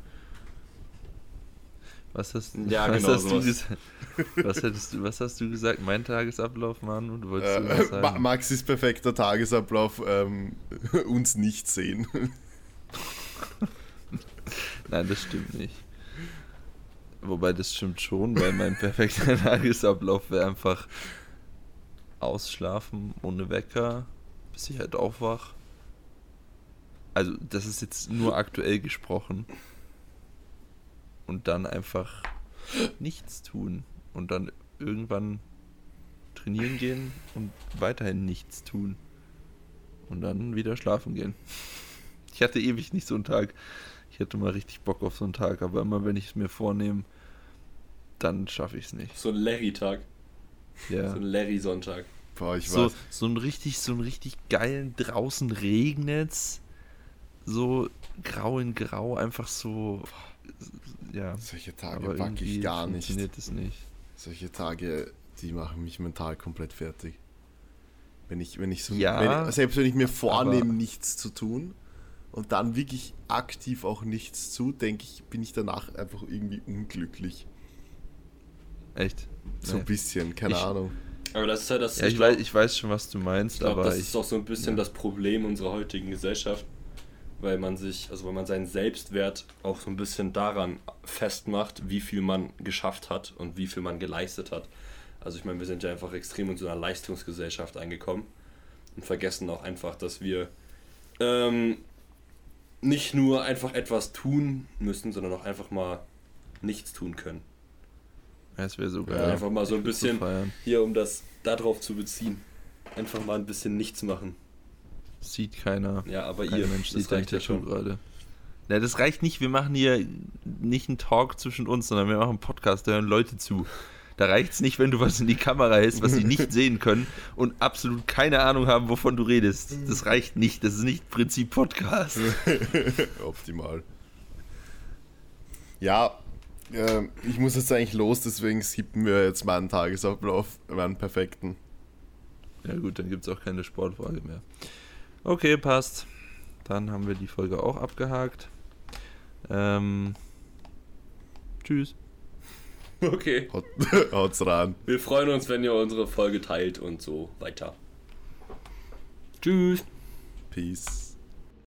Was hast, Ja, was genau hast du sowas. gesagt? Was hast du gesagt? Mein Tagesablauf, Mann? Und du wolltest du was sagen? Maxis perfekter Tagesablauf, uns nicht sehen. Nein, das stimmt nicht. Wobei das stimmt schon, weil mein perfekter Tagesablauf wäre einfach ausschlafen ohne Wecker, bis ich halt aufwach. Also das ist jetzt nur aktuell gesprochen. Und dann einfach nichts tun. Und dann irgendwann trainieren gehen und weiterhin nichts tun. Und dann wieder schlafen gehen. Ich hatte ewig nicht so einen Tag. Ich hätte mal richtig Bock auf so einen Tag, aber immer wenn ich es mir vornehme, dann schaffe ich es nicht. So ein Larry-Tag. Ja. So ein Larry-Sonntag. Boah, ich So, weiß. so einen richtig geilen, draußen regnet's, so grau in grau, einfach so, ja. Solche Aber Tage packe ich irgendwie gar nicht. funktioniert es nicht. Solche Tage, die machen mich mental komplett fertig. Wenn ich so, Ja, selbst wenn ich mir vornehme, aber- nichts zu tun und dann wirklich aktiv auch nichts zu, denke ich, bin ich danach einfach irgendwie unglücklich. Echt? So Nee. ein bisschen, keine Ich- Ahnung. Aber das ist halt das. Ja, ich weiß schon, was du meinst, Ich glaube, aber das ist auch so ein bisschen das Problem unserer heutigen Gesellschaft, weil man seinen Selbstwert auch so ein bisschen daran festmacht, wie viel man geschafft hat und wie viel man geleistet hat. Also ich meine, wir sind ja einfach extrem in so einer Leistungsgesellschaft angekommen und vergessen auch einfach, dass wir nicht nur einfach etwas tun müssen, sondern auch einfach mal nichts tun können. es wäre so Ja, geil. einfach mal so ein Ich würd's bisschen feiern. hier, um das darauf zu beziehen. Einfach mal ein bisschen nichts machen. Sieht keiner. Ja, aber Kein ihr, Mensch das sieht dein reicht ja Tattoo schon. gerade. Na, das reicht nicht. Wir machen hier nicht einen Talk zwischen uns, sondern wir machen einen Podcast, da hören Leute zu. Da reicht es nicht, wenn du was in die Kamera hältst, was sie nicht sehen können und absolut keine Ahnung haben, wovon du redest. Das reicht nicht. Das ist nicht Prinzip Podcast. Optimal. Ja, ich muss jetzt eigentlich los, deswegen skippen wir jetzt meinen Tagesablauf, meinen perfekten. Ja gut, dann gibt es auch keine Sportfrage mehr. Okay, passt. Dann haben wir die Folge auch abgehakt. Tschüss. Okay. Haut's rein. Wir freuen uns, wenn ihr unsere Folge teilt und so weiter. Tschüss. Peace.